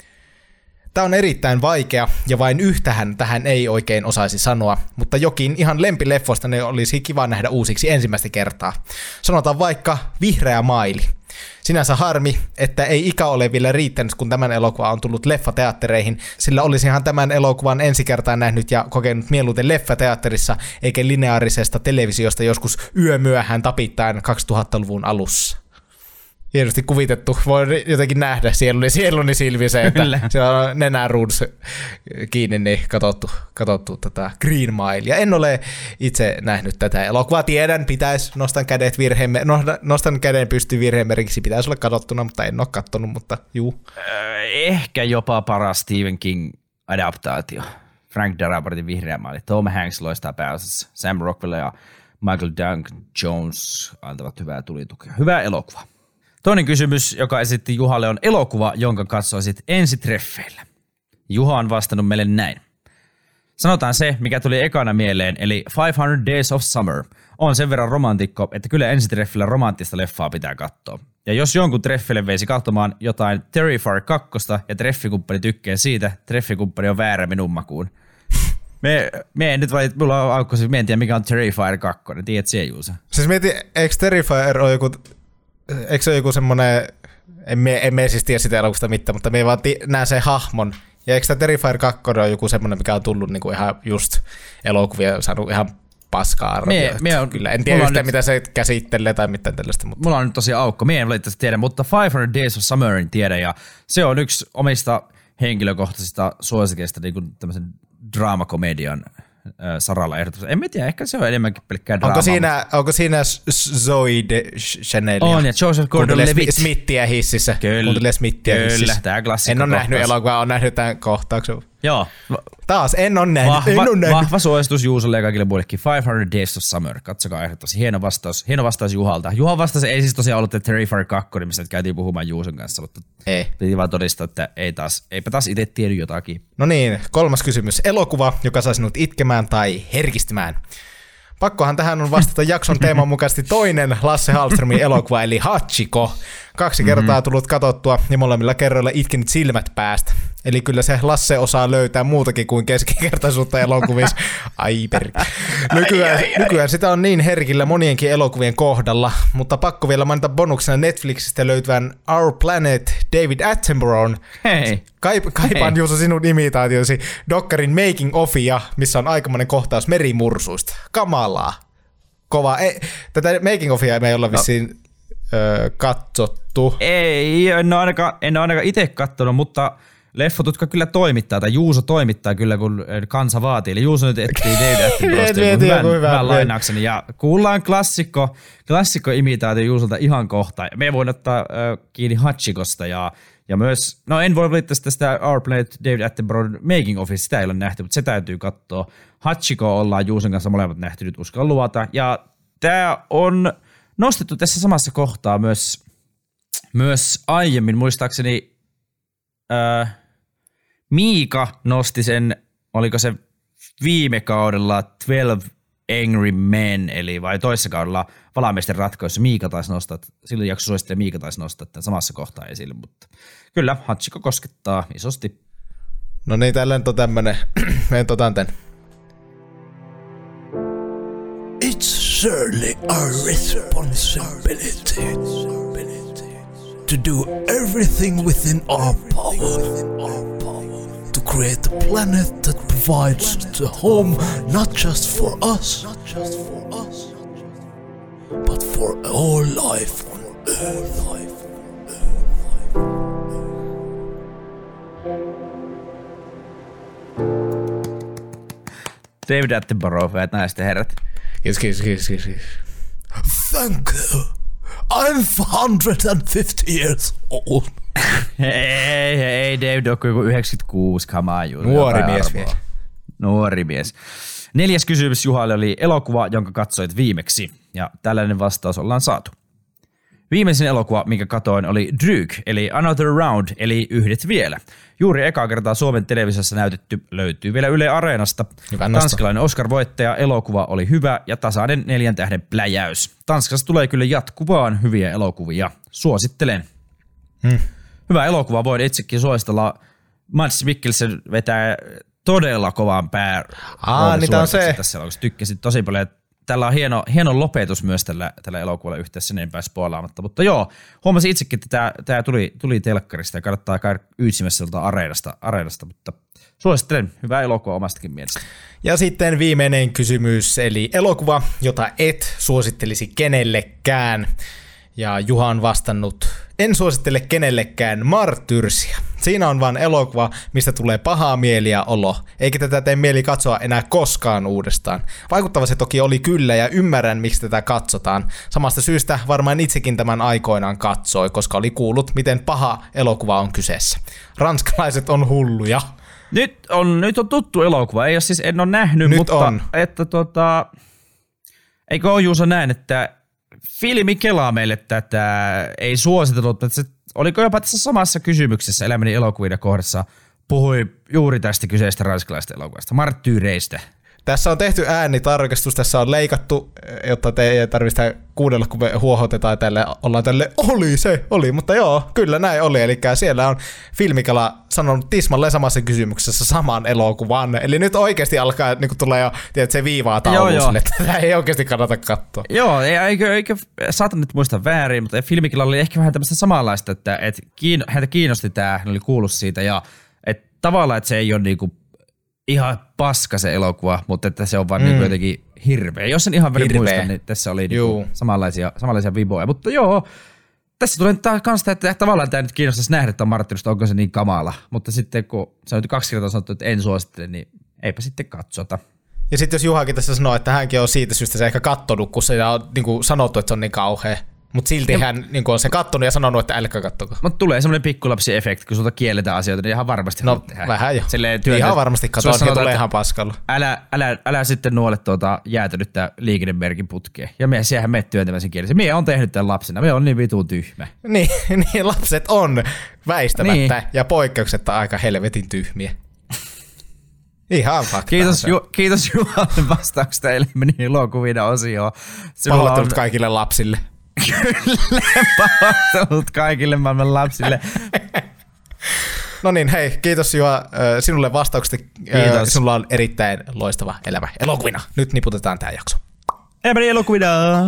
Tämä on erittäin vaikea, ja vain yhtähän tähän ei oikein osaisi sanoa, mutta jokin ihan lempileffoista ne olisi kiva nähdä uusiksi ensimmäistä kertaa. Sanotaan vaikka Vihreä maili. Sinänsä harmi, että ei ikä ole vielä riittänyt, kun tämän elokuva on tullut leffateattereihin, sillä olisinhan tämän elokuvan ensi kertaa nähnyt ja kokenut mieluiten leffateatterissa, eikä lineaarisesta televisiosta joskus yömyöhään tapittaen kaksituhattaluvun alussa. Hienosti kuvitettu. Voi jotenkin nähdä sieluni, sieluni silmi se, että siellä on nenäruudussa kiinni, niin katsottu, katsottu tätä Green Mile. Ja en ole itse nähnyt tätä elokuvaa. Tiedän, pitäisi, nostan kädet virheemme, nostan käden pystyyn virheemerkiksi, pitäisi olla katsottuna, mutta en ole katsonut, mutta juu. Ehkä jopa paras Stephen King-adaptaatio. Frank Darabartin Vihreä maili. Tom Hanks loistaa pääosassa. Sam Rockwell ja Michael Duncan Jones antavat hyvää tulitukea. Hyvä elokuva. Toinen kysymys, joka esitti Juhalle, on elokuva, jonka katsoisit ensitreffeillä. Juha on vastannut meille näin. Sanotaan se, mikä tuli ekana mieleen, eli five hundred Days of Summer. On sen verran romantikko, että kyllä ensitreffillä romanttista leffaa pitää katsoa. Ja jos jonkun treffille veisi katsomaan jotain Terrifier kaksi ja treffikumppani tykkää siitä, treffikumppani on väärä minun makuun. Me, me en nyt valit, mulla on aukko, me en tiedä mikä on Terrifier kaksi, tiedät se Juusa? Siis mietin, eikö Terrifier ole joku... Eikö se ole joku semmoinen, en me, en me siis tiedä sitä elokuvasta mitään, mutta me vaan ti- näen sen hahmon. Ja eikö tämä Terrifier kaksi ole joku semmoinen, mikä on tullut niinku ihan just elokuvia, saanut ihan paskaa arvioita. Kyllä, en tiedä yhtään, nyt, mitä se käsittelee tai mitään tällaista. Mutta. Mulla on nyt tosiaan aukko, me en valitettavasti tiedä, mutta five hundred Days of Summerin tiedä, ja se on yksi omista henkilökohtaisista suosikeista niin kuin tämmöisen draamakomedian saralla ehdotus. En tiedä, ehkä se on enemmänkin pelkkää draamaa. Onko siinä, onko siinä Zoe de Chanel? On, ja Joseph Gordon-Levitt. Smithia hississä. Kyllä, Smithia kyllä, hississä. tämä klassikko. En ole nähnyt elokuvaa, olen nähnyt tämän kohtauksen. Joo. Taas, en ole nähnyt. Vahva, en ole nähnyt. vahva suositus Juusolle ja kaikille muillekin. five hundred Days of Summer. Katsokaa ehdottomasti. Hieno vastaus. Hieno vastaus Juhalta. Juha vastasi, ei siis tosiaan ollut Terrifier kaksi, missä käytiin puhumaan Juuson kanssa, mutta ei. Piti vaan todistaa, että ei taas, eipä taas itse tiedä jotakin. No niin, kolmas kysymys. Elokuva, joka saa sinut itkemään tai herkistymään. Pakkohan tähän on vastata jakson teeman mukaisesti toinen Lasse Hallströmin elokuva, eli Hachiko. Kaksi kertaa mm-hmm. tullut katsottua ja molemmilla kerroilla itkenyt silmät päästä. Eli kyllä se Lasse osaa löytää muutakin kuin keskikertaisuutta elokuvissa. Ai per... Nykyään, ai, ai, ai. nykyään sitä on niin herkillä monienkin elokuvien kohdalla, mutta pakko vielä mainita bonuksena Netflixistä löytyvän Our Planet David Attenboroughn. Hei. Kaip- kaipaan Juuso sinun imitaatiosi Dokkarin Making Offia, missä on aikamoinen kohtaus merimursuista. Kamalaa. Kova. Ei, tätä Making Offia me ei olla vissiin no. öö, katsottu. Ei, en ole ainakaan, en ole ainakaan itse katsonut, mutta leffotutka kyllä toimittaa, tai Juuso toimittaa kyllä, kun kansa vaatii. Eli Juuso nyt etsii David Attenboroughsta hyvän, hyvän lainaukseni. Ja kuullaan klassikko, klassikko imitaatio Juusolta ihan kohta. Me voin ottaa äh, kiinni Hachikosta ja Ja myös, no en voi valittaa tästä Our Planet David Attenborough Making Office, sitä ei ole nähty, mutta se täytyy katsoa. Hachiko ollaan Juuson kanssa molemmat nähty, nyt uskallan luvata. Ja tämä on nostettu tässä samassa kohtaa myös, myös aiemmin, muistaakseni äh, Miika nosti sen, oliko se viime kaudella twelve Angry Men, eli vai toisessa kaudella Valamiesten ratkaisussa Miika taisi nostaa, silloin jakso suosittelee Miika taisi nostaa tämän samassa kohtaa esille, mutta kyllä Hachiko koskettaa isosti. No niin, tällainen on tämmönen, me otan tän. It's surely our responsibility to do everything within our power to create a planet that provides the home not just for us, but for all life on Earth. David Attenborough, hyvät naiset ja herrat. Kiitos, kiitos, kiitos, kiitos. Thank you. I'm one hundred fifty years old. Ei, ei, David on joku yhdeksänkymmentäkuusi, kamaa Juha. Nuori mies vielä. Nuori mies. Neljäs kysymys Juhalle oli elokuva, jonka katsoit viimeksi. Ja tällainen vastaus ollaan saatu. Viimeisin elokuva, minkä katoin, oli Dryg, eli Another Round, eli Yhdet vielä. Juuri ekaa kertaa Suomen televisiossa näytetty, löytyy vielä Yle Areenasta. Tanskalainen Oscar-voittaja, elokuva oli hyvä ja tasainen neljän tähden pläjäys. Tanskassa tulee kyllä jatkuvaan hyviä elokuvia. Suosittelen. Hmm. Hyvä elokuva, voin itsekin suositella. Mads Mikkelsen vetää todella kovan pää. Aa, niin tää on se. Tässä elokuvassa tykkäsin tosi paljon. Tällä on hieno, hieno lopetus myös tällä, tällä elokuvalla yhteydessä, en pääs spoilaamatta. Mutta joo, huomasin itsekin, että tämä, tämä tuli, tuli telkkarista ja kannattaa käydä yytsimässä areenasta, areenasta, mutta suosittelen. Hyvä elokuva omastakin mielestä. Ja sitten viimeinen kysymys, eli elokuva, jota et suosittelisi kenellekään. Ja Juha on vastannut, en suosittele kenellekään Martyrsia. Siinä on vaan elokuva, mistä tulee pahaa mieli ja olo, eikä tätä tee mieli katsoa enää koskaan uudestaan. Vaikuttava se toki oli kyllä ja ymmärrän, miksi tätä katsotaan. Samasta syystä varmaan itsekin tämän aikoinaan katsoi, koska oli kuullut, miten paha elokuva on kyseessä. Ranskalaiset on hulluja. Nyt on, nyt on tuttu elokuva, ei ole siis, en ole nähnyt, nyt mutta on. Että tota, eikö ole Juuso näin, että filmi kelaa meille tätä, ei suositellut, että se, oliko jopa tässä samassa kysymyksessä Elämäni elokuvien kohdassa, puhui juuri tästä kyseistä ranskalaisesta elokuvasta, Martyyreistä. Tässä on tehty äänitarkastus, tässä on leikattu, jotta te ei tarvitse kuunnella, kun me huohotetaan tälle, ollaan tälle, oli se, oli, mutta joo, kyllä näin oli, eli siellä on Filmikala sanonut tismalleen samassa kysymyksessä saman elokuvan, eli nyt oikeasti alkaa, niin kuin tulee jo, tiedät, se viivaa tauluun sille, että tätä ei oikeasti kannata katsoa. Joo, eikö, eikö saatan nyt muistaa väärin, mutta Filmikala oli ehkä vähän tämmöistä samanlaista, että, että kiin, häntä kiinnosti tämä, hän oli kuullut siitä, ja että tavallaan, että se ei ole niinku ihan paska se elokuva, mutta että se on vaan mm. niin jotenkin hirveä. Jos en ihan vielä muista, niin tässä oli niin samanlaisia, samanlaisia viboja. Mutta joo, tässä tulee kans tämä, että tavallaan tämä nyt kiinnostaisi nähdä tämän Martyrista, onko se niin kamala. Mutta sitten kun se on nyt kaksi kertaa sanottu, että en suosittele, niin eipä sitten katsota. Ja sitten jos Juhakin tässä sanoo, että hänkin on siitä syystä se ehkä kattonut, kun se on niin kuin sanottu, että se on niin kauhea. Mutta silti ja, hän niin on se kattonut ja sanonut, että älkää kattoko. Mutta tulee semmoinen pikkulapsi-efekti, kun sulta kielletään asioita, niin ihan varmasti no, tehdä. Vähän jo. Työtä, ihan varmasti katsoa, että tulee ihan paskalla. Älä, älä, älä sitten nuole tuota jäätynyttä liikennemerkin putkeen. Ja me siihen me työntämään sen kielisen. Mie on tehnyt tämän lapsena. Me on niin vitun tyhmä. Niin, niin lapset on väistämättä niin. Ja poikkeuksetta aika helvetin tyhmiä. Ihan fakta. Kiitos, Ju, kiitos Juhalle vastauksesta, eli meni elokuvina osioon. Pahoittelut on... kaikille lapsille. Kyllä, pahoittelut kaikille maailman lapsille. No niin, hei, kiitos Juha sinulle vastauksesta. Kiitos. Sinulla on erittäin loistava elämä elokuvina. Nyt niputetaan tämä jakso. Elämäni elokuvina.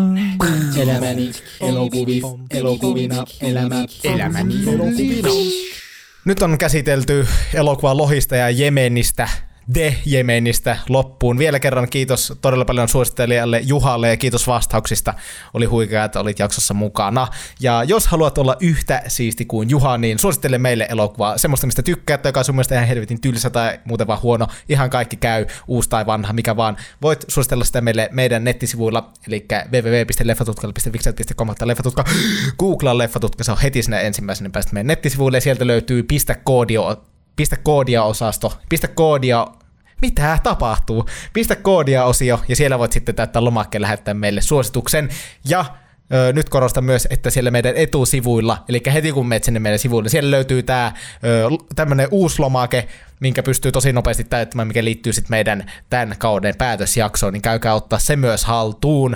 Elämäni elokuvina, elokuvina, elämä, elämäni elokuvina. Nyt on käsitelty elokuva Lohista ja Jemenistä, The Jemenistä loppuun. Vielä kerran kiitos todella paljon suosittelijalle Juhalle ja kiitos vastauksista. Oli huikea, että olit jaksossa mukana. Ja jos haluat olla yhtä siisti kuin Juha, niin suosittele meille elokuvaa. Semmoista, mistä tykkäät, joka on sun mielestä ihan helvetin tylsä tai muuten vaan huono. Ihan kaikki käy, uusi tai vanha, mikä vaan. Voit suositella sitä meille meidän nettisivuilla, eli double-u double-u double-u piste leffatutkalle piste wixsite piste com kautta leffatutka. Googlaa leffatutka, se on heti sinne ensimmäisenä päästä meidän nettisivuille ja sieltä löytyy pistä koodio Pistä koodia-osasto, pistä koodia, mitä tapahtuu? Pistä koodia-osio ja siellä voit sitten täyttää lomakkeen lähettää meille suosituksen. Ja ö, nyt korostan myös, että siellä meidän etusivuilla, eli heti kun menet sinne meidän sivuille, siellä löytyy tämä tämmöinen uusi lomake, minkä pystyy tosi nopeasti täyttämään, mikä liittyy sitten meidän tämän kauden päätösjaksoon, niin käykää ottaa se myös haltuun.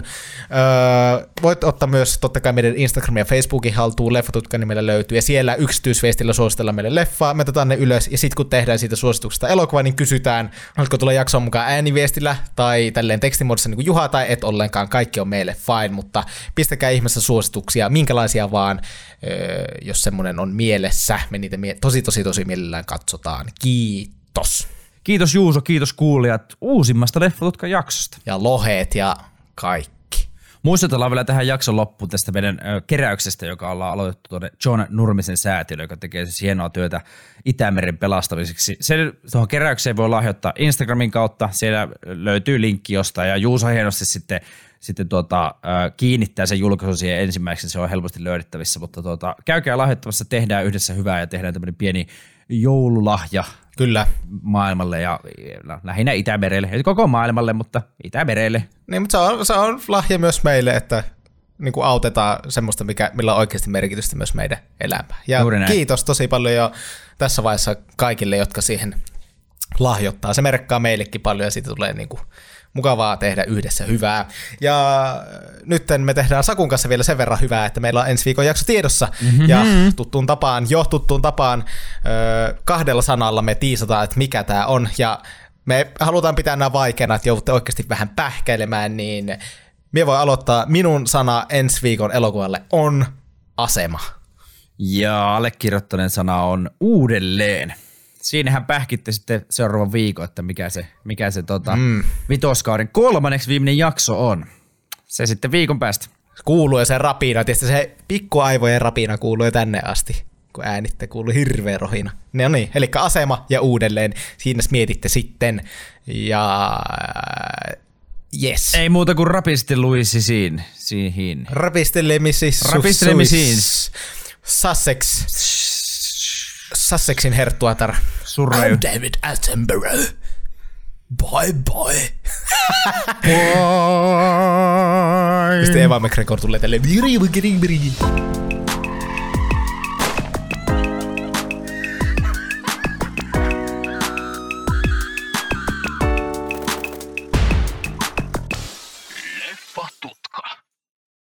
Öö, voit ottaa myös totta kai meidän Instagram ja Facebookin haltuun, Leffatutka nimellä löytyy, ja siellä yksityisviestillä suositellaan meille leffaa, me otetaan ne ylös, ja sitten kun tehdään siitä suosituksesta elokuvaa, niin kysytään, haluatko tulla jaksoon mukaan ääniviestillä, tai tälleen tekstimuodossa niin kuin Juha, tai et ollenkaan, kaikki on meille fine, mutta pistäkää ihmeessä suosituksia, minkälaisia vaan, öö, jos semmoinen on mielessä, me niitä mie- tosi tosi tosi mielellään katsotaan. Kiitos. Kiitos. Kiitos Juuso, kiitos kuulijat uusimmasta Leffatutkan jaksosta. Ja lohet ja kaikki. Muistutellaan vielä tähän jakson loppuun tästä meidän keräyksestä, joka ollaan aloitettu tuonne John Nurmisen säätiölle, joka tekee siis hienoa työtä Itämeren pelastamiseksi. Sen, tuohon keräykseen voi lahjoittaa Instagramin kautta, siellä löytyy linkki jostain ja Juuso hienosti sitten, sitten tuota, kiinnittää sen julkaisun siihen ensimmäiseksi, se on helposti löydettävissä, mutta tuota, käykää lahjoittamassa, tehdään yhdessä hyvää ja tehdään tämmöinen pieni joululahja. Kyllä. Maailmalle ja lähinnä Itämerelle. Ei koko maailmalle, mutta Itämerelle. Niin, mutta se on, se on lahja myös meille, että niin kuin autetaan semmoista, mikä, millä on oikeasti merkitystä myös meidän elämään. Ja kiitos tosi paljon jo tässä vaiheessa kaikille, jotka siihen lahjoittaa. Se merkkaa meillekin paljon ja siitä tulee niin kuin mukavaa tehdä yhdessä hyvää. Ja nyt me tehdään Sakun kanssa vielä sen verran hyvää, että meillä on ensi viikon jakso tiedossa. Mm-hmm. Ja tuttuun tapaan, jo tuttuun tapaan kahdella sanalla me tiisataan, että mikä tämä on. Ja me halutaan pitää nämä vaikeana, että joudutte oikeasti vähän pähkäilemään, niin minä voin aloittaa. Minun sana ensi viikon elokuvalle on asema. Ja allekirjoittaneen sana on uudelleen. Siinähän pähkitte sitten seuraavan viikon, että mikä se, mikä se tota, mm. vitoskauden kolmanneksi viimeinen jakso on. Se sitten viikon päästä. Kuuluu jo se rapina, tietysti se pikkuaivojen rapina kuuluu jo tänne asti, kun äänitte kuuluu hirveä rohina. No niin, eli asema ja uudelleen, siinä mietitte sitten. Ja yes. Ei muuta kuin rapisteluisi siinä, siihen. Rapistelemisissa. Rapistelemisiin. Sussex. Sussexin herttuatar. I'm David Attenborough. Bye bye. Bye. Sitten Eva McGregor tulee tälleen.